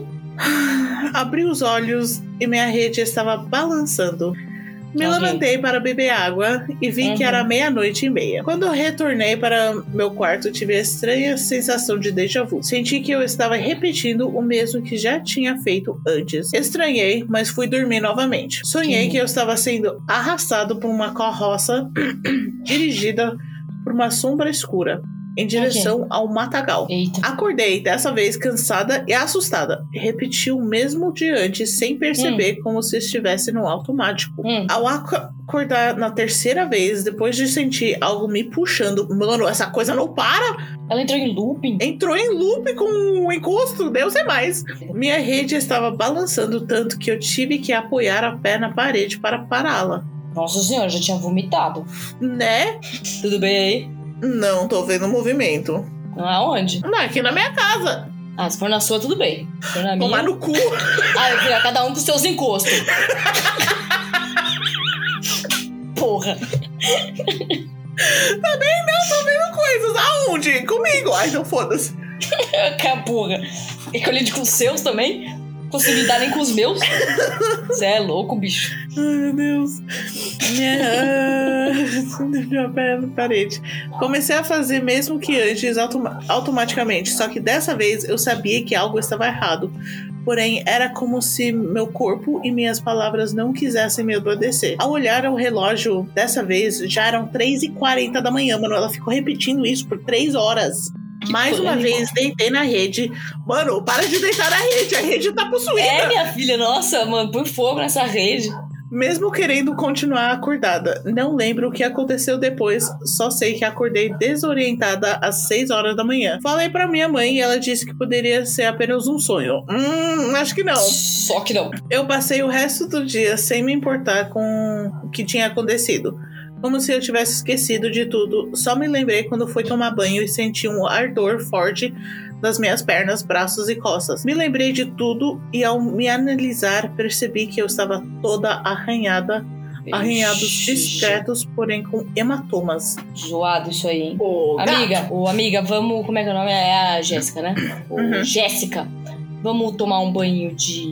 Abri os olhos e minha rede estava balançando. Me levantei para beber água e vi que era 00:30. Quando eu retornei para meu quarto, tive a estranha sensação de déjà vu. Senti que eu estava repetindo o mesmo que já tinha feito antes. Estranhei, mas fui dormir novamente. Sonhei que eu estava sendo arrastado por uma carroça dirigida por uma sombra escura em direção ao matagal. Eita. Acordei, dessa vez cansada e assustada. Repeti o mesmo de antes, sem perceber, como se estivesse no automático. Ao acordar na terceira vez, depois de sentir algo me puxando, mano, essa coisa não para! Ela entrou em looping? Entrou em loop com o encosto, Deus é mais. Minha rede estava balançando tanto que eu tive que apoiar a pé na parede para pará-la. Nossa senhora, já tinha vomitado. Né? Tudo bem aí? Não, tô vendo movimento. Aonde? Não, aqui na minha casa. Se for na sua, tudo bem. Se for na minha... Tomar no cu. Eu fui a cada um com seus encostos. Porra. Também não, tô vendo coisas. Aonde? Comigo. Ai, não foda-se. Porra. E que eu lide com os seus também? Consegui lidar nem com os meus? Você é louco, bicho. Ai, meu Deus. Minha pé na parede. Comecei a fazer mesmo que antes, automaticamente. Só que dessa vez eu sabia que algo estava errado. Porém, era como se meu corpo e minhas palavras não quisessem me obedecer. Ao olhar o relógio, dessa vez, já eram 3:40 da manhã, mano. Ela ficou repetindo isso por 3 horas. Mais uma vez, deitei na rede. Mano, para de deitar na rede. A rede tá possuída. Minha filha. Nossa, mano, põe fogo nessa rede. Mesmo querendo continuar acordada. Não lembro o que aconteceu depois. Só sei que acordei desorientada às 6 horas da manhã. Falei pra minha mãe e ela disse que poderia ser apenas um sonho. Acho que não. Só que não. Eu passei o resto do dia sem me importar com o que tinha acontecido. Como se eu tivesse esquecido de tudo. Só me lembrei quando fui tomar banho e senti um ardor forte nas minhas pernas, braços e costas. Me lembrei de tudo e ao me analisar percebi que eu estava toda arranhada. Arranhados discretos, porém com hematomas. Zoado isso aí, hein? Amiga, amiga, vamos... Como é que é o nome? É a Jéssica, né? Jéssica, vamos tomar um banho de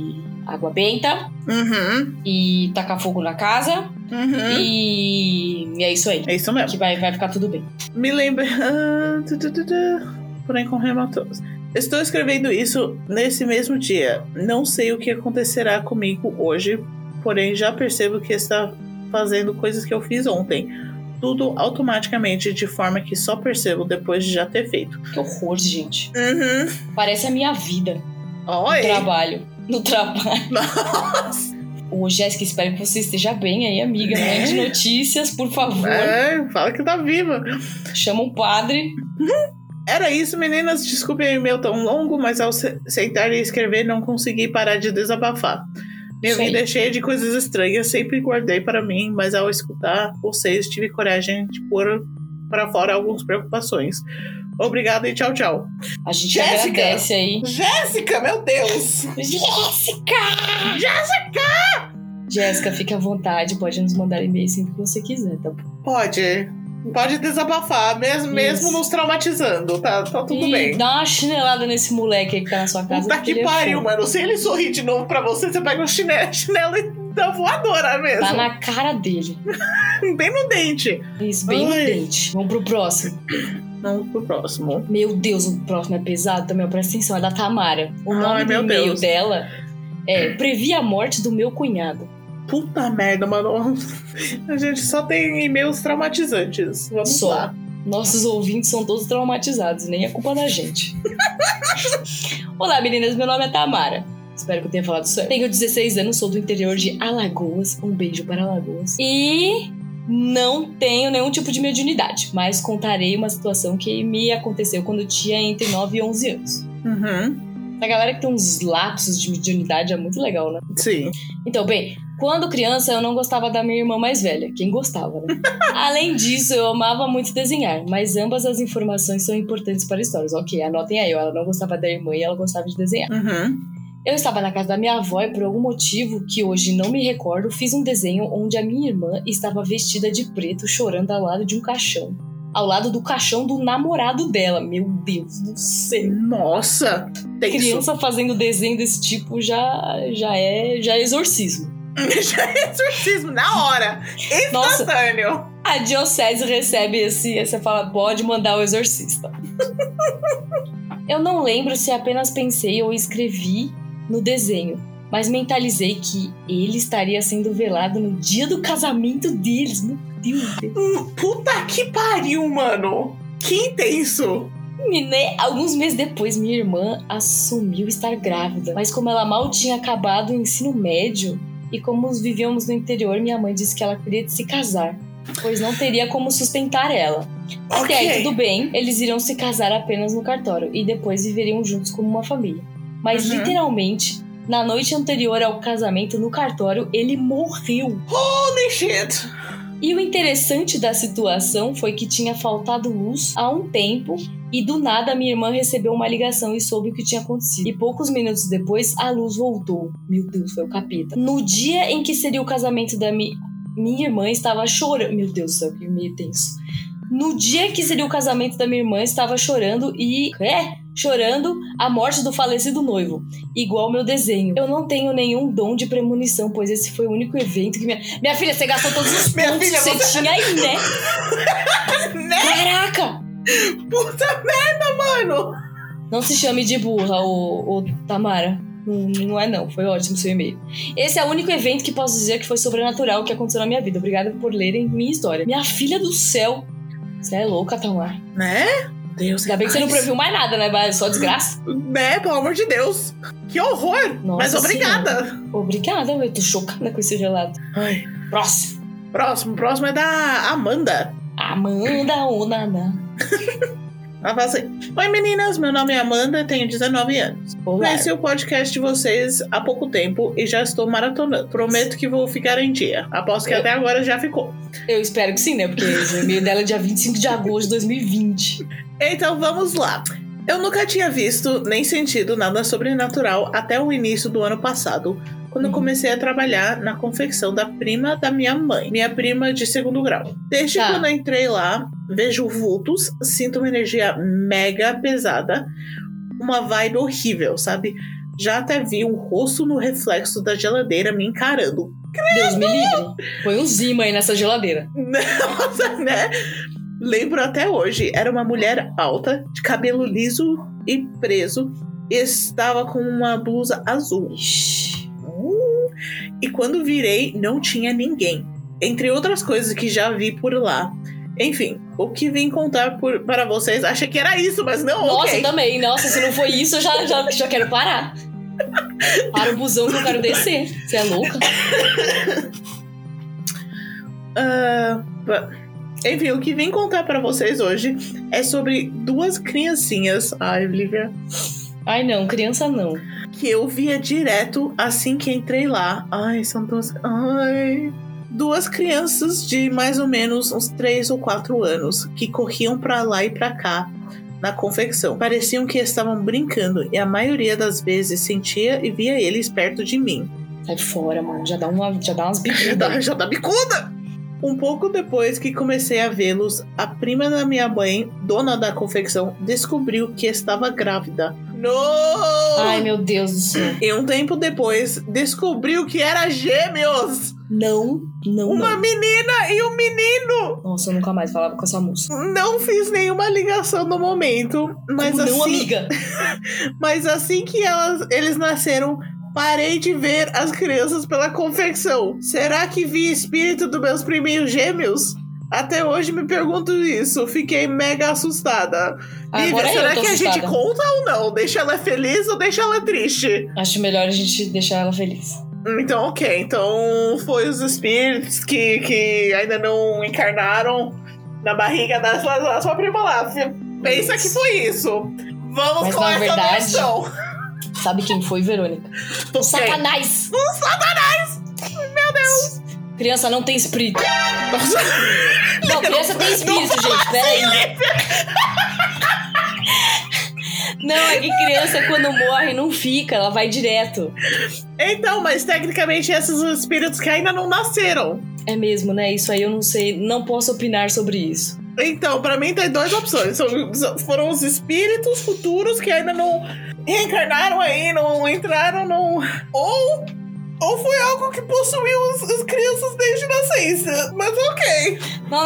água benta e tacar fogo na casa. E é isso aí. É isso mesmo. Que vai ficar tudo bem. Me lembra... Porém com hematomas. Estou escrevendo isso nesse mesmo dia. Não sei o que acontecerá comigo hoje, porém já percebo que está fazendo coisas que eu fiz ontem. Tudo automaticamente, de forma que só percebo depois de já ter feito. Que horror, gente. Parece a minha vida. Oi. No trabalho. Nossa. Ô, Jéssica, espero que você esteja bem aí, amiga. Mande notícias, por favor. Fala que tá viva. Chama um padre. Era isso, meninas. Desculpem o e-mail tão longo, mas ao sentar e escrever não consegui parar de desabafar. Minha vida é cheia de coisas estranhas, sempre guardei para mim, mas ao escutar vocês tive coragem de pôr para fora algumas preocupações. Obrigada e tchau, tchau. A gente agradece aí. Jéssica, meu Deus! Jéssica, fique à vontade, pode nos mandar e-mail sempre que você quiser, tá bom? Pode desabafar, mesmo nos traumatizando, tá tudo bem. Dá uma chinelada nesse moleque aí que tá na sua casa. Puta que pariu, mano. Se ele sorrir de novo pra você pega um chinelo e dá voadora mesmo. Tá na cara dele. Bem no dente. Isso, bem no dente. Vamos pro próximo. Meu Deus, o próximo é pesado também. Presta atenção, é da Tamara. O nome do e-mail dela é Previ a morte do meu cunhado. Puta merda, mano. A gente só tem e-mails traumatizantes. Vamos lá. Nossos ouvintes são todos traumatizados, nem é culpa da gente. Olá, meninas. Meu nome é Tamara. Espero que eu tenha falado certo. Tenho 16 anos, sou do interior de Alagoas. Um beijo para Alagoas. E não tenho nenhum tipo de mediunidade, mas contarei uma situação que me aconteceu quando eu tinha entre 9 e 11 anos. A galera que tem uns lapsos de mediunidade é muito legal, né? Sim. Então, bem, quando criança eu não gostava da minha irmã mais velha. Quem gostava, né? Além disso, eu amava muito desenhar, mas ambas as informações são importantes para histórias. Ok, anotem aí, ela não gostava da irmã e ela gostava de desenhar. Eu estava na casa da minha avó e por algum motivo, que hoje não me recordo, fiz um desenho onde a minha irmã estava vestida de preto, chorando ao lado de um caixão. Ao lado do caixão do namorado dela. Meu Deus do céu. Nossa! Criança fazendo desenho desse tipo já é exorcismo. Já é exorcismo, na hora. Instantâneo. Nossa, a diocese recebe essa fala, pode mandar o exorcista. Eu não lembro se apenas pensei ou escrevi no desenho, mas mentalizei que ele estaria sendo velado no dia do casamento deles. Meu Deus. Puta que pariu, mano. Que intenso. Alguns meses depois, minha irmã assumiu estar grávida, mas como ela mal tinha acabado o ensino médio e como vivíamos no interior, minha mãe disse que ela queria se casar, pois não teria como sustentar ela. Até aí tudo bem, eles iriam se casar apenas no cartório e depois viveriam juntos como uma família. Mas literalmente, na noite anterior ao casamento no cartório, ele morreu. Holy shit! E o interessante da situação foi que tinha faltado luz há um tempo e do nada minha irmã recebeu uma ligação e soube o que tinha acontecido. E poucos minutos depois, a luz voltou. Meu Deus, foi o capeta. No dia em que seria o casamento da minha irmã, estava chorando. Meu Deus do céu, que meio tenso. No dia que seria o casamento da minha irmã, estava chorando chorando a morte do falecido noivo, igual meu desenho. Eu não tenho nenhum dom de premonição, pois esse foi o único evento que minha filha, você gastou todos os pontos que você tinha aí, né? Caraca! Puta merda, mano! Não se chame de burra, ô Tamara. Não é não, foi ótimo seu e-mail. Esse é o único evento que posso dizer que foi sobrenatural que aconteceu na minha vida. Obrigada por lerem minha história. Minha filha do céu! Você é louca, Tamara. Né? Deus, ainda bem que você não previu mais nada, né? Só desgraça. Pelo amor de Deus. Que horror. Nossa, mas obrigada. Senhora. Obrigada, eu tô chocada com esse relato. Ai. Próximo é da Amanda. Amanda Onana. Ela fala assim: oi meninas, meu nome é Amanda, tenho 19 anos. Olá. Conheci o podcast de vocês há pouco tempo e já estou maratonando. Prometo que vou ficar em dia. Aposto que até agora já ficou. Eu espero que sim, né? Porque o e-mail dela é dia 25 de agosto de 2020. Então vamos lá. Eu nunca tinha visto nem sentido nada sobrenatural até o início do ano passado, quando eu comecei a trabalhar na confecção da prima da minha mãe, minha prima de 2º grau. Desde quando eu entrei lá, vejo vultos, sinto uma energia mega pesada, uma vibe horrível, sabe? Já até vi um rosto no reflexo da geladeira me encarando. Deus me livre. Põe um Zima aí nessa geladeira. Nossa, né? Lembro até hoje. Era uma mulher alta, de cabelo liso e preso. E estava com uma blusa azul. E quando virei, não tinha ninguém. Entre outras coisas que já vi por lá. Enfim, o que vim contar para vocês, achei que era isso, mas não. Nossa, okay. Também. Nossa, se não foi isso, eu já quero parar. Para o busão que eu quero descer. Você é louca? Enfim, o que vim contar para vocês hoje é sobre duas criancinhas. Ai, Olivia. Ai, não, criança não. Que eu via direto assim que entrei lá. Ai, são duas... Ai... Duas crianças de mais ou menos uns 3 ou 4 anos que corriam pra lá e pra cá na confecção. Pareciam que estavam brincando e a maioria das vezes sentia e via eles perto de mim. Sai fora, mano. Já dá umas bicudas. Já dá bicuda! Um pouco depois que comecei a vê-los, a prima da minha mãe, dona da confecção, descobriu que estava grávida. Não! Ai, meu Deus do céu. E um tempo depois, descobriu que era gêmeos! Não. Uma menina e um menino! Nossa, eu nunca mais falava com essa moça. Não fiz nenhuma ligação no momento, mas como assim... não, amiga? Mas assim que eles nasceram, parei de ver as crianças pela confecção. Será que vi espírito dos meus priminhos gêmeos? Até hoje me pergunto isso. Fiquei mega assustada. Lívia, será que a gente conta ou não? Deixa ela feliz ou deixa ela triste? Acho melhor a gente deixar ela feliz. Então, ok. Então, foi os espíritos que ainda não encarnaram na barriga da sua prima lá. Pensa que foi isso. Vamos. Mas, com essa versão. Sabe quem foi, Verônica? O Satanás! O Satanás! Meu Deus! Criança não tem espírito. Nossa. Não, criança tem espírito, gente. Peraí. Não, é que criança quando morre não fica, ela vai direto. Então, mas tecnicamente esses são espíritos que ainda não nasceram. É mesmo, né? Isso aí eu não sei, não posso opinar sobre isso. Então, pra mim tem 2 opções. Foram os espíritos futuros que ainda não reencarnaram aí, não entraram, não... Ou foi algo que possuiu as crianças desde nascença. Mas ok.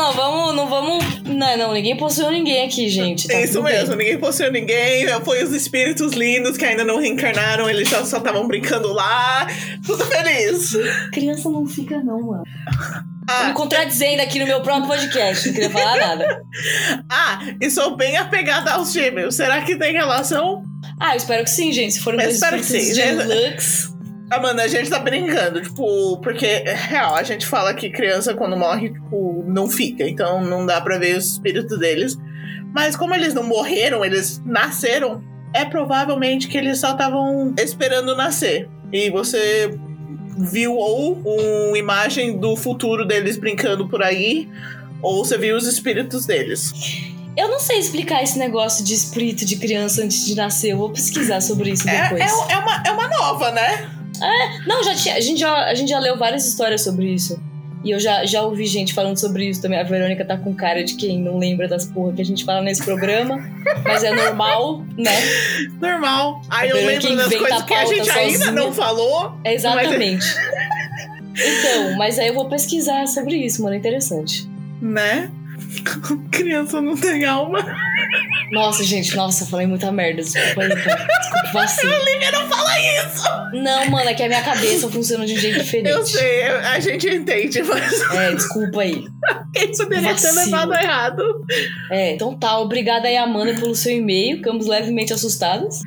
Não, ninguém possuiu ninguém aqui, gente. Tá isso mesmo, bem. ninguém possuiu ninguém. Foi os espíritos lindos que ainda não reencarnaram, eles só estavam brincando lá. Tudo feliz. Criança não fica não, mano. Tô me contradizendo aqui no meu próprio podcast, não queria falar nada. E sou bem apegada aos gêmeos. Será que tem relação? Eu espero que sim, gente. Se for dois espíritos de Lux... Amanda, a gente tá brincando, tipo, porque, real, a gente fala que criança quando morre, tipo, não fica, então não dá pra ver os espíritos deles. Mas como eles não morreram, eles nasceram, é provavelmente que eles só estavam esperando nascer. E você viu ou uma imagem do futuro deles brincando por aí, ou você viu os espíritos deles. Eu não sei explicar esse negócio de espírito de criança antes de nascer, eu vou pesquisar sobre isso depois. É uma nova, né? Não, a gente já leu várias histórias sobre isso. E eu já ouvi gente falando sobre isso também. A Verônica tá com cara de quem não lembra das porra que a gente fala nesse programa. Mas é normal, né? Normal. Aí eu lembro das coisas que a gente sozinha. Ainda não falou. Exatamente. Então, mas aí eu vou pesquisar sobre isso, mano. É interessante. Né? Criança não tem alma. Nossa, gente, falei muita merda. Desculpa aí, cara. Desculpa vacilo. A Olivia não fala isso! Não, mano, é que a minha cabeça funciona de um jeito diferente. Eu sei, a gente entende, mas... desculpa aí. Isso deveria ter levado errado. Então tá. Obrigada aí, Amanda, pelo seu e-mail. Ficamos levemente assustadas.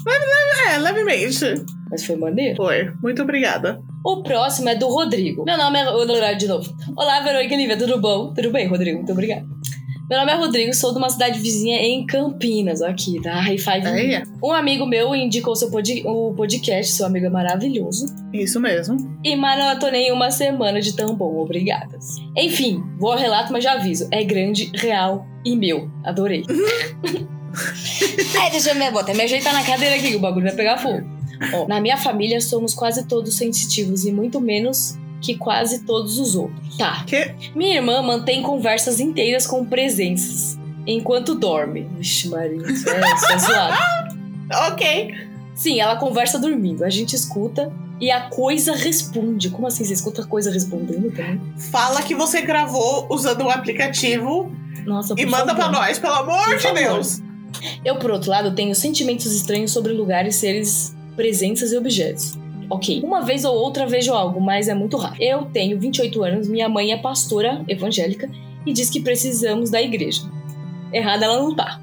Levemente. Mas foi maneiro. Foi. Muito obrigada. O próximo é do Rodrigo. Meu nome é... De novo. Olá, Verônica e Lívia, tudo bom? Tudo bem, Rodrigo? Muito obrigada. Meu nome é Rodrigo, sou de uma cidade vizinha em Campinas. Aqui, tá? High five. Um amigo meu indicou o podcast, seu amigo é maravilhoso. Isso mesmo. E maratonei uma semana de tão bom, obrigadas. Enfim, vou ao relato, mas já aviso. É grande, real e meu. Adorei. Deixa eu botar me ajeitar na cadeira aqui, que o bagulho vai pegar fogo. Na minha família somos quase todos sensitivos e muito menos que quase todos os outros. Tá. Que? Minha irmã mantém conversas inteiras com presenças enquanto dorme. Vixe, Maria, isso é zoado. Ok. Sim, ela conversa dormindo. A gente escuta e a coisa responde. Como assim você escuta a coisa respondendo também? Fala que você gravou usando o aplicativo. Nossa, e manda pra nós, pelo amor de Deus. Eu, por outro lado, tenho sentimentos estranhos sobre lugares, seres, presenças e objetos. Ok, uma vez ou outra vejo algo, mas é muito raro. Eu tenho 28 anos, minha mãe é pastora evangélica e diz que precisamos da igreja. Errada ela não tá.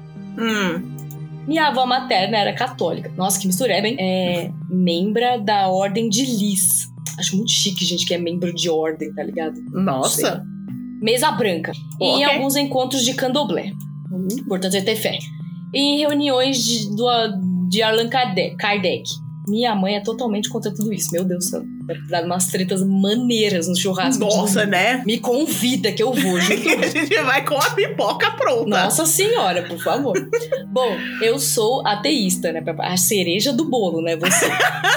Minha avó materna era católica. Nossa, que mistureba, hein? É membra da Ordem de Lis. Acho muito chique, gente, que é membro de ordem, tá ligado? Nossa. Mesa branca. E em alguns encontros de candomblé. Importante é ter fé. E em reuniões de Allan Kardec. Minha mãe é totalmente contra tudo isso. Meu Deus do céu. Deve dar umas tretas maneiras no churrasco. Nossa, né? Me convida que eu vou. Junto. A gente vai com a pipoca pronta. Nossa senhora, por favor. Bom, eu sou ateísta, né? A cereja do bolo, né? Você.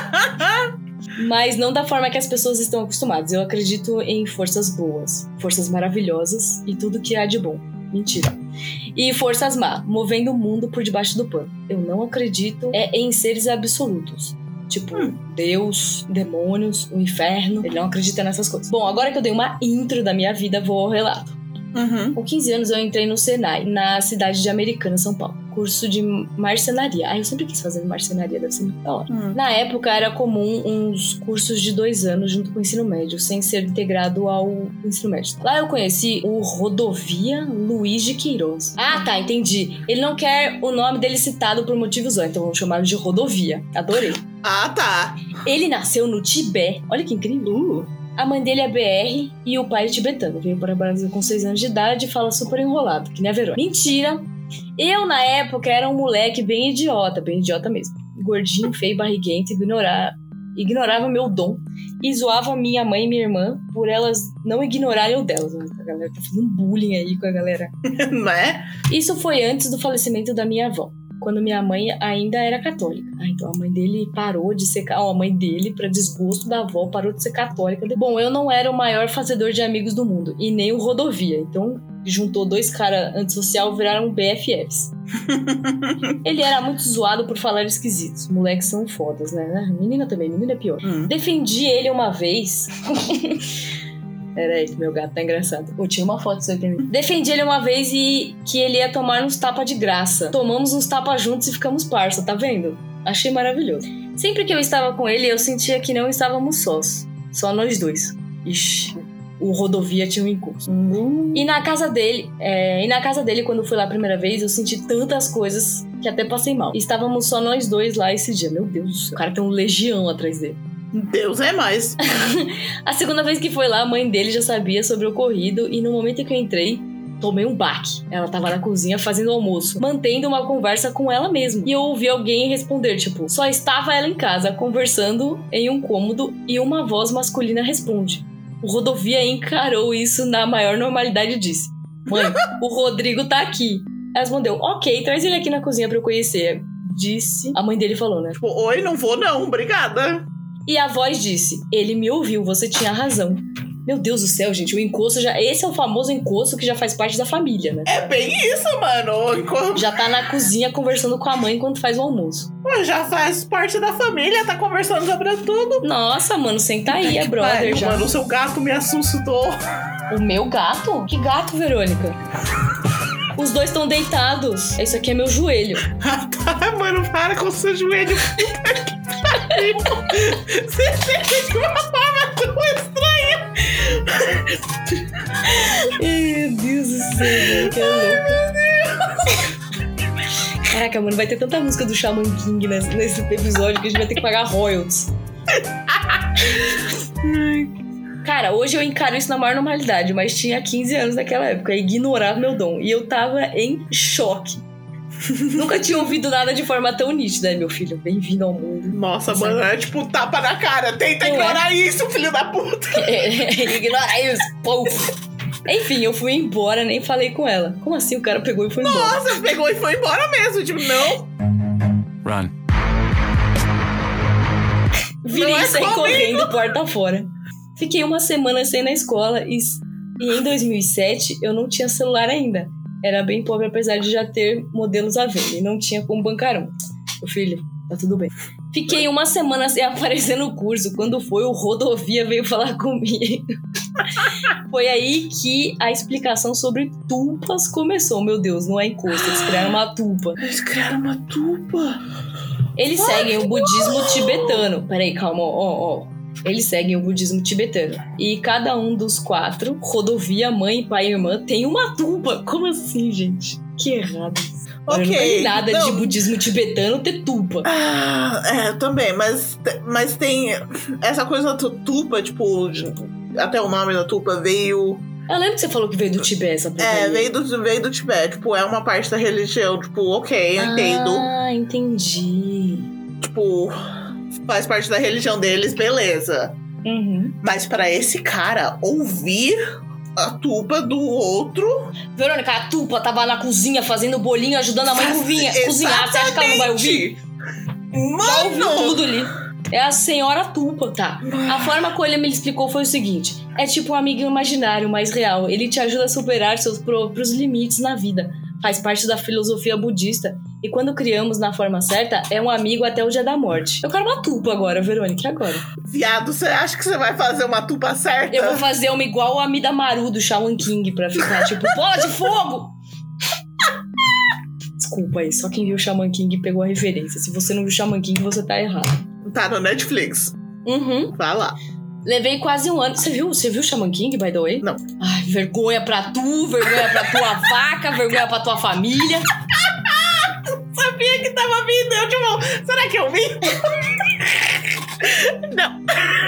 Mas não da forma que as pessoas estão acostumadas. Eu acredito em forças boas, forças maravilhosas e tudo que há de bom. Mentira. E forças má, movendo o mundo por debaixo do pano. Eu não acredito em seres absolutos. Tipo, Deus, demônios, o inferno. Ele não acredita nessas coisas. Bom, agora que eu dei uma intro da minha vida, vou ao relato. Com 15 anos eu entrei no Senai, na cidade de Americana, São Paulo. Curso de marcenaria. Eu sempre quis fazer marcenaria, deve ser muito da hora. Na época era comum uns cursos de 2 anos junto com o ensino médio, sem ser integrado ao ensino médio. Lá eu conheci o Rodovia Luiz de Queiroz. Ah, tá, entendi. Ele não quer o nome dele citado por motivos óbvios, então vamos chamar de Rodovia. Adorei. Ah, tá. Ele nasceu no Tibete. Olha que incrível. A mãe dele é BR e o pai é tibetano. Veio para o Brasil com 6 anos de idade e fala super enrolado, que nem a Verônica. Mentira! Eu, na época, era um moleque bem idiota mesmo. Gordinho, feio, barriguento, ignorava meu dom e zoava minha mãe e minha irmã por elas não ignorarem o delas. A galera tá fazendo bullying aí com a galera. Não é? Isso foi antes do falecimento da minha avó, quando minha mãe ainda era católica. Então a mãe dele parou de ser... a mãe dele, pra desgosto da avó, parou de ser católica. Bom, eu não era o maior fazedor de amigos do mundo, e nem o Rodovia. Então, juntou 2 caras antissocial, viraram BFFs. Ele era muito zoado por falar esquisitos. Moleques são fodas, né? Menina também, menina é pior. Defendi ele uma vez... Peraí, que meu gato tá engraçado. Eu tinha uma foto disso aqui. Defendi ele uma vez e que ele ia tomar uns tapas de graça. Tomamos uns tapas juntos e ficamos parça, tá vendo? Achei maravilhoso. Sempre que eu estava com ele, eu sentia que não estávamos sós. Só nós dois. Ixi, o Rodovia tinha um encosto. E na casa dele, quando eu fui lá a primeira vez, eu senti tantas coisas que até passei mal. E estávamos só nós dois lá esse dia. Meu Deus do céu. O cara tem um legião atrás dele. Deus é mais. A segunda vez que foi lá, a mãe dele já sabia sobre o ocorrido e no momento em que eu entrei, tomei um baque. Ela tava na cozinha fazendo almoço, mantendo uma conversa com ela mesma. E eu ouvi alguém responder, tipo, só estava ela em casa, conversando em um cômodo e uma voz masculina responde. O Rodovia encarou isso na maior normalidade e disse, mãe, o Rodrigo tá aqui. Ela respondeu, ok, traz ele aqui na cozinha pra eu conhecer. Disse, a mãe dele falou, né? Tipo, oi, não vou não, obrigada. E a voz disse, ele me ouviu, você tinha razão. Meu Deus do céu, gente, o encosto já... Esse é o famoso encosto que já faz parte da família, né? É bem isso, mano. Já tá na cozinha conversando com a mãe enquanto faz o almoço. Pô, já faz parte da família, tá conversando sobre tudo. Nossa, mano, senta aí, é brother já. Mano, o seu gato me assustou. O meu gato? Que gato, Verônica? Os dois estão deitados. Isso aqui é meu joelho. Ah, tá, mano, para com o seu joelho. Você sente de uma forma tão estranha. Meu Deus do céu, que louca. Caraca, mano, vai ter tanta música do Shaman King nesse episódio que a gente vai ter que pagar royalties. Cara, hoje eu encaro isso na maior normalidade, mas tinha 15 anos naquela época e ignorava meu dom. E eu tava em choque. Nunca tinha ouvido nada de forma tão nítida, meu filho. Bem-vindo ao mundo. Nossa, mano, é tipo tapa na cara. Tenta ignorar isso, filho da puta. Ignora isso, pô. Enfim, eu fui embora, nem falei com ela. Como assim o cara pegou e foi embora? Nossa, pegou e foi embora mesmo. Tipo, não. Run. Virei e saí correndo porta fora. Fiquei uma semana sem ir na escola e em 2007 eu não tinha celular ainda. Era bem pobre, apesar de já ter modelos à venda. E não tinha como bancar um. Meu filho, tá tudo bem. Fiquei uma semana sem aparecer no curso. Quando foi, o Rodovia veio falar comigo. Foi aí que a explicação sobre tupas começou. Meu Deus, não é encosto, eles criaram uma tupa. Eles criaram uma tupa? Eles seguem o budismo tibetano. Peraí, calma, ó. Eles seguem o budismo tibetano. E cada um dos 4, Rodovia, mãe, pai e irmã, tem uma tupa. Como assim, gente? Que errado. Ok. Não tem nada de budismo tibetano ter tupa. Também, mas tem essa coisa da tupa, tipo, até o nome da tupa veio... Eu lembro que você falou que veio do Tibete, essa porcaria. Veio do Tibete, tipo, é uma parte da religião, tipo, ok, eu entendo. Ah, entendi. Tipo, faz parte da religião deles, beleza. Uhum. Mas pra esse cara ouvir a tupa do outro... Verônica, a tupa tava na cozinha fazendo bolinho, ajudando a mãe a cozinhar. Você acha que ela não vai ouvir? Mano! Já ouviu tudo ali. É a senhora tupa, tá? A forma como ele me explicou foi o seguinte. É tipo um amigo imaginário, mais real. Ele te ajuda a superar seus próprios limites na vida. Faz parte da filosofia budista. E quando criamos na forma certa, é um amigo até o dia da morte. Eu quero uma tupa agora, Verônica, e agora? Viado, você acha que você vai fazer uma tupa certa? Eu vou fazer uma igual o Amida Maru do Shaman King pra ficar tipo, bola de fogo! Desculpa aí, só quem viu o Shaman King pegou a referência. Se você não viu o Shaman King, você tá errado. Tá no Netflix. Uhum. Vai lá. Levei quase um ano. Você viu o Shaman King, by the way? Não. Ai, vergonha pra tu, vergonha pra tua vaca, vergonha pra tua família. Sabia que tava vindo. Eu, tipo, será que eu vi? Não.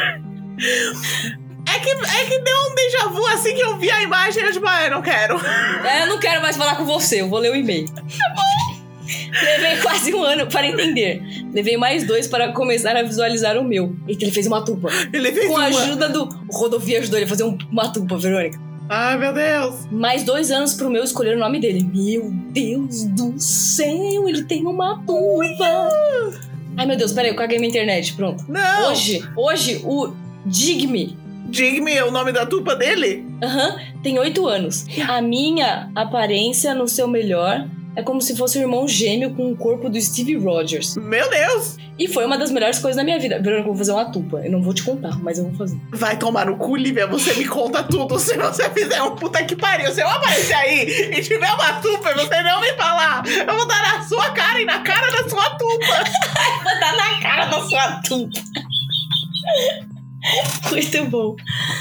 É que deu um déjà vu assim que eu vi a imagem. Eu, tipo, eu não quero. Eu não quero mais falar com você. Eu vou ler o e-mail. Tá bom. Levei quase um ano para entender. Levei mais 2 para começar a visualizar o meu. Eita, ele fez uma tupa. Ele fez Com a ajuda do... O Rodovia ajudou ele a fazer uma tupa, Verônica. Ai, meu Deus. Mais 2 anos pro meu escolher o nome dele. Meu Deus do céu, ele tem uma tupa. Ai, meu Deus, peraí, eu caguei minha internet. Pronto. Não. Hoje o Digme. Digme é o nome da tupa dele? Tem 8 anos. A minha aparência no seu melhor... É como se fosse um irmão gêmeo com o corpo do Steve Rogers. Meu Deus! E foi uma das melhores coisas da minha vida. Verônica, eu vou fazer uma tupa. Eu não vou te contar, mas eu vou fazer. Vai tomar no cu, Lívia. Você me conta tudo. Se você fizer um puta que pariu. Se eu aparecer aí e tiver uma tupa e você não me falar, eu vou dar na sua cara e na cara da sua tupa. Vou dar na cara da sua tupa. Muito bom.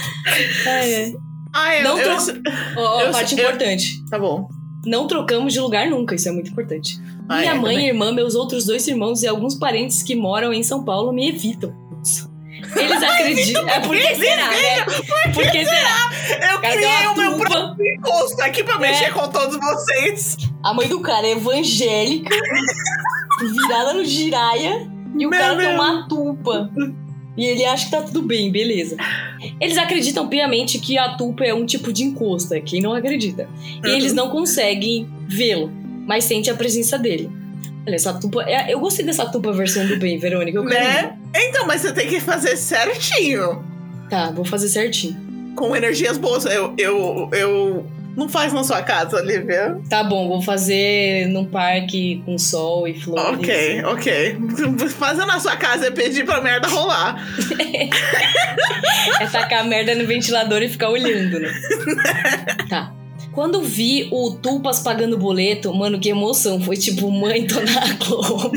Parte importante. Tá bom. Não trocamos de lugar nunca, isso é muito importante. Minha mãe, também. Irmã, meus outros 2 irmãos e alguns parentes que moram em São Paulo me evitam. Eles acreditam. Por que será, né? Por que será? Eu criei o meu próprio encosto aqui pra mexer com todos vocês. A mãe do cara é evangélica, virada no giraia, e o cara tem uma tupa. E ele acha que tá tudo bem, beleza. Eles acreditam piamente que a tupa é um tipo de encosto, é quem não acredita. E eles não conseguem vê-lo, mas sente a presença dele. Olha, essa tupa... Eu gostei dessa tupa versão do bem, Verônica. Eu quero. Então, mas você tem que fazer certinho. Tá, vou fazer certinho. Com energias boas. Eu não faz na sua casa, Lívia. Tá bom, vou fazer num parque com sol e flores. Ok. Fazer na sua casa é pedir pra merda rolar. É tacar a merda no ventilador e ficar olhando, né? Tá. Quando vi o Tupas pagando boleto, mano, que emoção. Foi tipo, mãe, tô na Globo.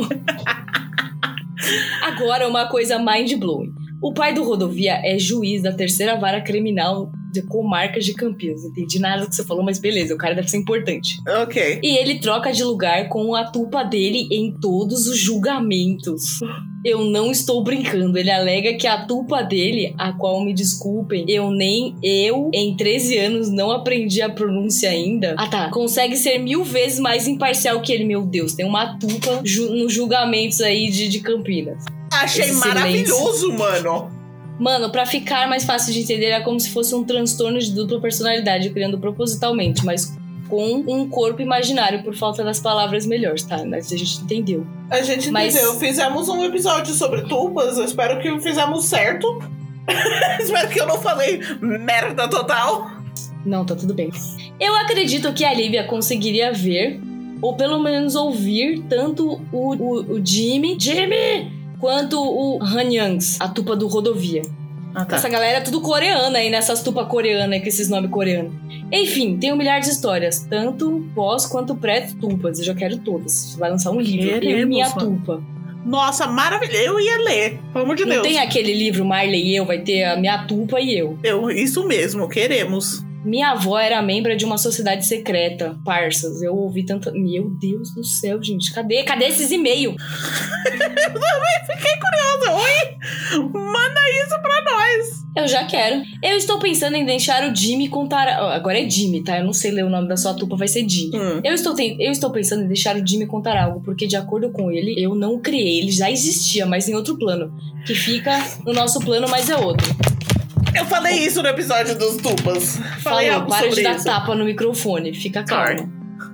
Agora, uma coisa mind-blowing. O pai do Rodovia é juiz da 3ª Vara Criminal de Comarcas de Campinas. Não entendi nada do que você falou, mas beleza, o cara deve ser importante. Ok. E ele troca de lugar com a tupa dele em todos os julgamentos. Eu não estou brincando. Ele alega que a tupa dele, a qual, me desculpem, eu em 13 anos não aprendi a pronúncia ainda. Consegue ser 1000 vezes mais imparcial que ele. Meu Deus, tem uma tupa nos julgamentos aí de Campinas. Achei maravilhoso, mano. Mano, pra ficar mais fácil de entender, é como se fosse um transtorno de dupla personalidade, criando propositalmente, mas com um corpo imaginário, por falta das palavras melhores, tá? Mas a gente entendeu. A gente entendeu. Fizemos um episódio sobre tupas, eu espero que fizemos certo. Espero que eu não falei merda total. Não, tá tudo bem. Eu acredito que a Lívia conseguiria ver, ou pelo menos ouvir, tanto o Jimmy quanto o Hanyang's, a tupa do Rodovia. Tá. Essa galera é tudo coreana aí, nessas tupas coreanas aí, com esses nomes coreanos. Enfim, tem 1 milhar de histórias, tanto pós quanto pré-tupas. Eu já quero todas. Vai lançar um livro, Eu e Minha Tupa. Nossa, maravilha. Eu ia ler, pelo amor de Deus. Não tem aquele livro Marley e Eu, vai ter a Minha Tupa e eu. Isso mesmo, queremos. Minha avó era membro de uma sociedade secreta, parças. Eu ouvi tanto... Meu Deus do céu, gente. Cadê esses e-mails? Eu também fiquei curiosa. Oi? Manda isso pra nós. Eu já quero. Eu estou pensando em deixar o Jimmy contar... Agora é Jimmy, tá? Eu não sei ler o nome da sua tupa, vai ser Jimmy. Eu estou pensando em deixar o Jimmy contar algo, porque de acordo com ele, eu não o criei. Ele já existia, mas em outro plano. Que fica no nosso plano, mas é outro. Eu falei isso no episódio dos tupas. Falei algo para sobre de dar isso. tapa no microfone. Fica calmo.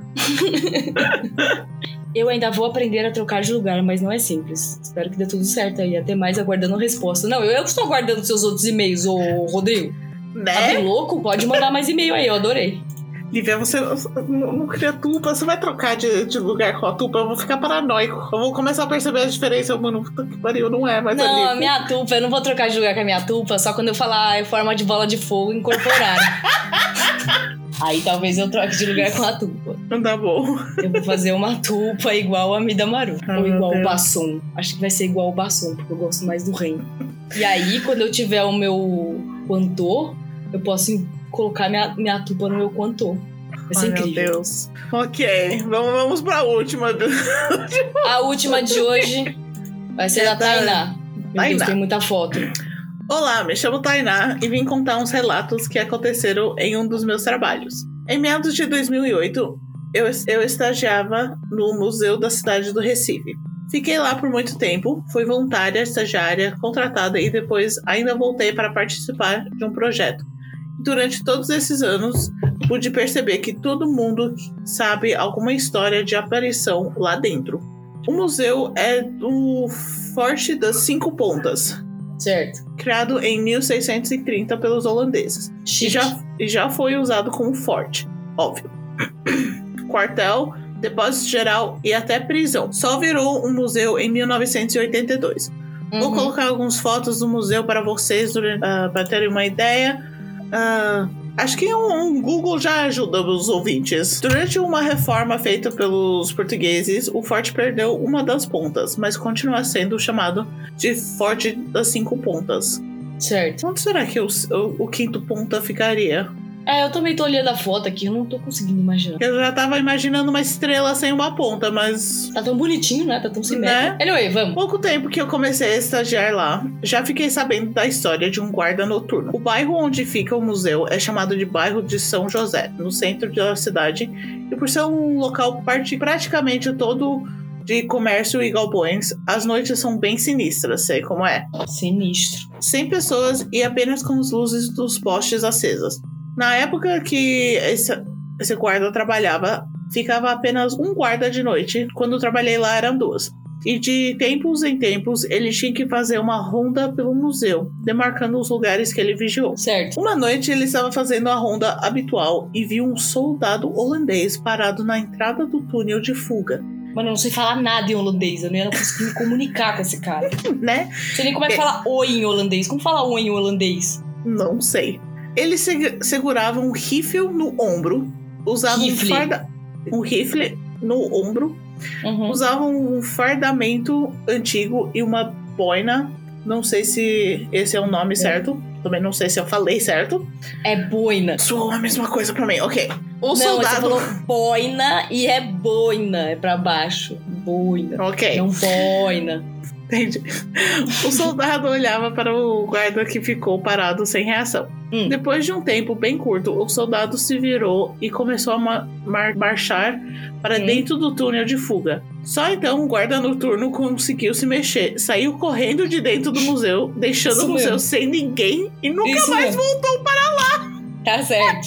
Eu ainda vou aprender a trocar de lugar, mas não é simples. Espero que dê tudo certo aí. Até mais aguardando a resposta. Não, eu estou aguardando seus outros e-mails, ô Rodrigo. Né? Tá bem louco? Pode mandar mais e-mail aí, eu adorei. Lívia, você não cria tupa, você vai trocar de lugar com a tupa, eu vou ficar paranoico. Eu vou começar a perceber a diferença. Mano, puta que pariu, não é mais Não, ali. a minha tupa, eu não vou trocar de lugar com a minha tupa, só quando eu falar em forma de bola de fogo incorporada. Aí talvez eu troque de lugar com a tupa. Não dá bom. Eu vou fazer uma tupa igual a Midamaru. Ou igual o Basson. Acho que vai ser igual o Basson, porque eu gosto mais do Ren. E aí, quando eu tiver o meu Quantô, eu posso colocar minha tupa no meu Quantô. Vai ser incrível. Meu Deus. Ok, vamos pra última. A última de hoje vai ser da Tainá. Meu Deus, tem muita foto. Olá, me chamo Tainá e vim contar uns relatos que aconteceram em um dos meus trabalhos. Em meados de 2008, eu estagiava no Museu da Cidade do Recife. Fiquei lá por muito tempo, fui voluntária, estagiária, contratada e depois ainda voltei para participar de um projeto. Durante todos esses anos, pude perceber que todo mundo sabe alguma história de aparição lá dentro. O museu é do Forte das Cinco Pontas. Certo. Criado em 1630 pelos holandeses. E já foi usado como forte, óbvio. Quartel, depósito geral e até prisão. Só virou um museu em 1982. Vou colocar algumas fotos do museu para vocês para terem uma ideia. Acho que um Google já ajuda os ouvintes. Durante uma reforma feita pelos portugueses, o forte perdeu uma das pontas, mas continua sendo chamado de Forte das Cinco Pontas. Certo. Onde será que o quinto ponta ficaria? Eu também tô olhando a foto aqui, eu não tô conseguindo imaginar. Eu já tava imaginando uma estrela sem uma ponta, mas... Tá tão bonitinho, né? Tá tão simétrico. Anyway, vamos. Pouco tempo que eu comecei a estagiar lá, já fiquei sabendo da história de um guarda noturno. O bairro onde fica o museu é chamado de bairro de São José, no centro da cidade, e por ser um local praticamente todo de comércio e galpões, as noites são bem sinistras, sei como é. Sinistro. Sem pessoas e apenas com as luzes dos postes acesas. Na época que esse guarda trabalhava, ficava apenas um guarda de noite. Quando eu trabalhei lá, eram duas. E de tempos em tempos, ele tinha que fazer uma ronda pelo museu, demarcando os lugares que ele vigiou. Certo. Uma noite, ele estava fazendo a ronda habitual e viu um soldado holandês parado na entrada do túnel de fuga. Mano, eu não sei falar nada em holandês. Eu nem consegui me comunicar com esse cara. Né? Não sei nem como é que fala oi em holandês. Como fala oi em holandês? Não sei. Ele segurava um rifle no ombro, usava um rifle no ombro, usava um fardamento antigo e uma boina. Não sei se esse é o nome certo. Também não sei se eu falei certo. É boina. Soou a mesma coisa pra mim. Ok. Não, soldado... você falou boina e é boina. É pra baixo. Boina. Ok. Não boina. Entendi. O soldado olhava para o guarda que ficou parado sem reação. Depois de um tempo bem curto, o soldado se virou e começou a marchar para dentro do túnel de fuga. Só então o guarda noturno conseguiu se mexer, saiu correndo de dentro do museu, deixando o museu sem ninguém e nunca mais voltou para lá. Tá certo.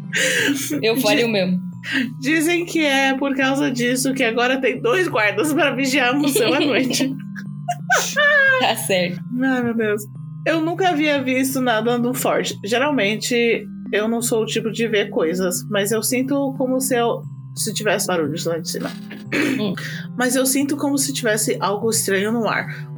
Eu faria o mesmo. Dizem que é por causa disso que agora tem 2 guardas para vigiar o museu à noite. Tá certo. Ai, meu Deus. Eu nunca havia visto nada no forte. Geralmente, eu não sou o tipo de ver coisas, mas eu sinto como se tivesse barulhos lá de cima. Mas eu sinto como se tivesse algo estranho no ar.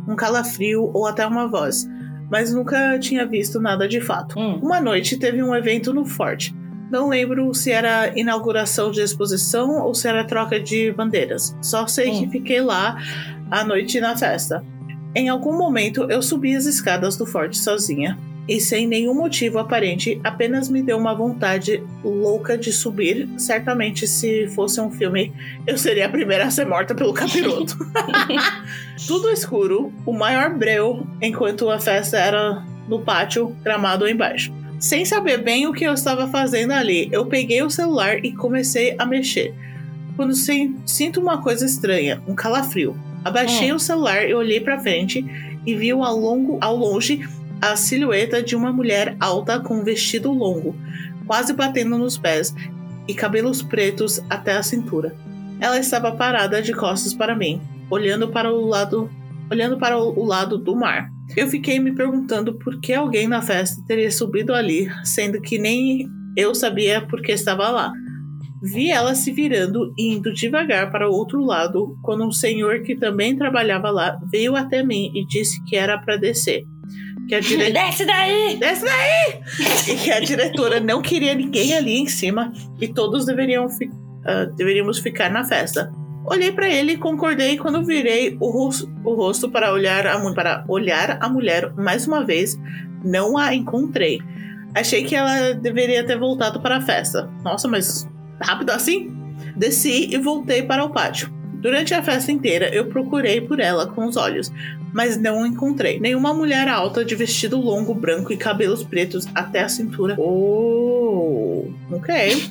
um calafrio ou até uma voz, mas nunca tinha visto nada de fato. Uma noite teve um evento no forte. Não lembro se era inauguração de exposição ou se era troca de bandeiras. Só sei que fiquei lá à noite na festa. Em algum momento eu subi as escadas do forte sozinha. E sem nenhum motivo aparente, apenas me deu uma vontade louca de subir. Certamente, se fosse um filme, eu seria a primeira a ser morta pelo capiroto. Tudo escuro, o maior breu, enquanto a festa era no pátio, gramado embaixo. Sem saber bem o que eu estava fazendo ali, eu peguei o celular e comecei a mexer. Quando sinto uma coisa estranha, um calafrio. Abaixei o celular e olhei pra frente e vi ao longe a silhueta de uma mulher alta com um vestido longo, quase batendo nos pés, e cabelos pretos até a cintura. Ela estava parada de costas para mim, olhando para o lado do mar. Eu fiquei me perguntando por que alguém na festa teria subido ali, sendo que nem eu sabia por que estava lá. Vi ela se virando e indo devagar para o outro lado, quando um senhor que também trabalhava lá veio até mim e disse que era para descer. Desce daí! Desce daí! E que a diretora não queria ninguém ali em cima e todos deveríamos ficar na festa. Olhei para ele e concordei. Quando virei o rosto para olhar a mulher mais uma vez, não a encontrei. Achei que ela deveria ter voltado para a festa. Nossa, mas rápido assim? Desci e voltei para o pátio. Durante a festa inteira, eu procurei por ela com os olhos, mas não encontrei. Nenhuma mulher alta de vestido longo, branco e cabelos pretos até a cintura. Oh, ok.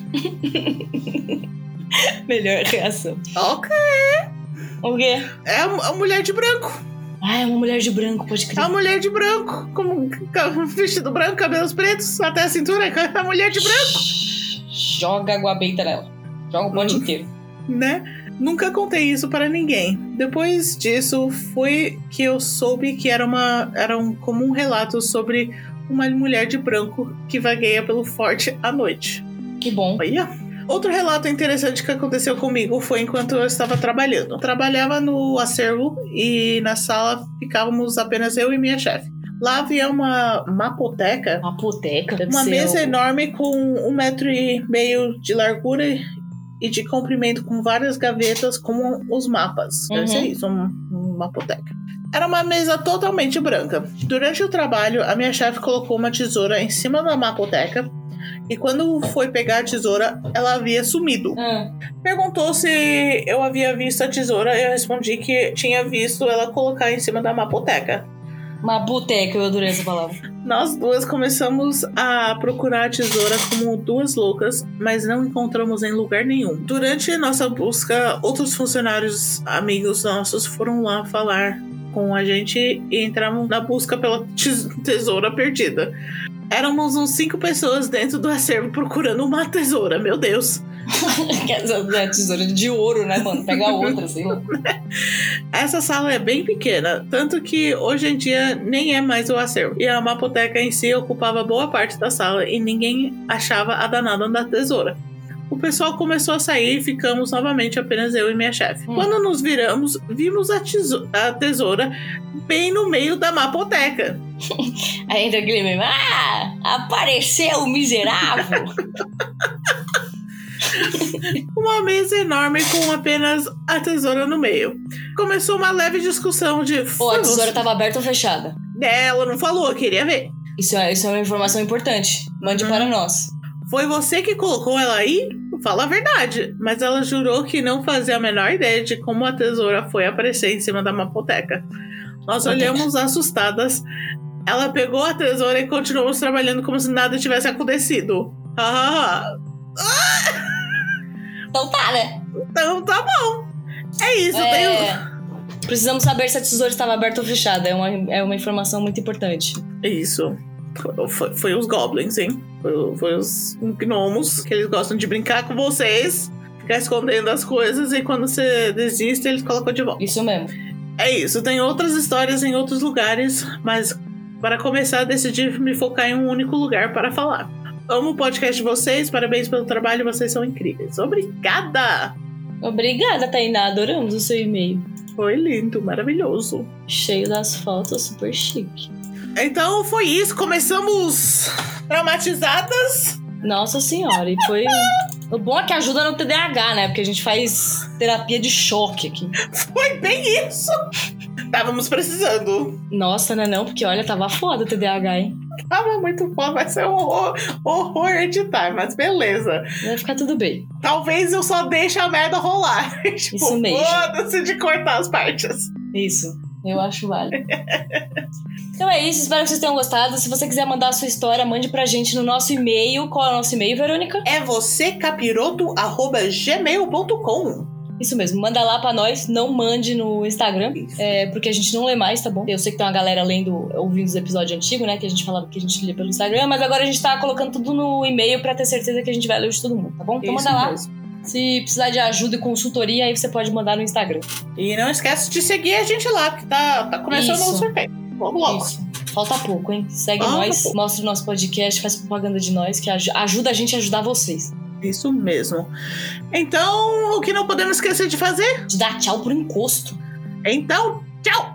Melhor reação. Ok. O quê? É a mulher de branco. Ah, é uma mulher de branco, pode crer. É uma mulher de branco, com vestido branco, cabelos pretos até a cintura. É a mulher de branco. Joga água benta nela. Joga o bonde inteiro. Né? Nunca contei isso para ninguém. Depois disso, foi que eu soube que era um comum relato sobre uma mulher de branco que vagueia pelo forte à noite. Que bom. Olha. Outro relato interessante que aconteceu comigo foi enquanto eu estava trabalhando. Eu trabalhava no acervo e na sala ficávamos apenas eu e minha chefe. Lá havia uma mapoteca. Mapoteca? Uma mesa enorme com 1,5 metro de largura e de comprimento, com várias gavetas com os mapas. Deve ser isso, uma mapoteca. Era uma mesa totalmente branca. Durante o trabalho, a minha chefe colocou uma tesoura em cima da mapoteca e quando foi pegar a tesoura, ela havia sumido. Perguntou se eu havia visto a tesoura e eu respondi que tinha visto ela colocar em cima da mapoteca. Mapoteca, eu adorei essa palavra. Nós duas começamos a procurar a tesoura como duas loucas, mas não encontramos em lugar nenhum. Durante nossa busca, outros funcionários amigos nossos foram lá falar com a gente e entramos na busca pela tesoura perdida. Éramos uns 5 pessoas dentro do acervo procurando uma tesoura, meu Deus. Essa tesoura de ouro, né, mano? Pega outra, sei lá. Essa sala é bem pequena, tanto que hoje em dia nem é mais o acervo. E a mapoteca em si ocupava boa parte da sala e ninguém achava a danada da tesoura. O pessoal começou a sair e ficamos novamente apenas eu e minha chefe. Quando nos viramos, vimos a tesoura bem no meio da mapoteca. Ainda aquele mesmo, apareceu o miserável. Uma mesa enorme com apenas a tesoura no meio. Começou uma leve discussão de... A tesoura estava aberta ou fechada? Ela não falou, eu queria ver. Isso é uma informação importante. Mande para nós. Foi você que colocou ela aí? Fala a verdade. Mas ela jurou que não fazia a menor ideia de como a tesoura foi aparecer em cima da mapoteca. Nós olhamos assustadas. Ela pegou a tesoura e continuamos trabalhando como se nada tivesse acontecido. Então tá, né? Então tá bom. É isso. Precisamos saber se a tesoura estava aberta ou fechada. É uma informação muito importante. Isso. Foi os goblins, hein? Foi os gnomos, que eles gostam de brincar com vocês, ficar escondendo as coisas, e quando você desiste, eles colocam de volta. Isso mesmo. É isso. Tem outras histórias em outros lugares, mas para começar, decidi me focar em um único lugar para falar. Amo o podcast de vocês, parabéns pelo trabalho, vocês são incríveis. Obrigada! Obrigada, Tainá, adoramos o seu e-mail. Foi lindo, maravilhoso. Cheio das fotos, super chique. Então foi isso, começamos traumatizadas. Nossa senhora, e foi... O bom é que ajuda no TDAH, né? Porque a gente faz terapia de choque aqui. Foi bem isso. Estávamos precisando. Nossa, né não? Porque olha, tava foda o TDAH, hein? Tava muito foda, vai ser um horror editar, mas beleza. Vai ficar tudo bem. Talvez eu só deixe a merda rolar. Tipo, isso mesmo. Foda-se de cortar as partes. Isso, eu acho válido. Então é isso, espero que vocês tenham gostado. Se você quiser mandar a sua história, mande pra gente no nosso e-mail. Qual é o nosso e-mail, Verônica? É vocêcapiroto@gmail.com. Isso mesmo, manda lá pra nós, não mande no Instagram, porque a gente não lê mais, tá bom? Eu sei que tem uma galera ouvindo os episódios antigos, né, que a gente falava que a gente lia pelo Instagram, mas agora a gente tá colocando tudo no e-mail pra ter certeza que a gente vai ler de todo mundo, tá bom? Então manda lá. Se precisar de ajuda e consultoria, aí você pode mandar no Instagram. E não esquece de seguir a gente lá, que tá começando o sorteio. Vamos logo. Isso. Falta pouco, hein? Segue nós, mostra o nosso podcast, faz propaganda de nós, que ajuda a gente a ajudar vocês. Isso mesmo. Então, o que não podemos esquecer de fazer? De dar tchau pro encosto. Então, tchau!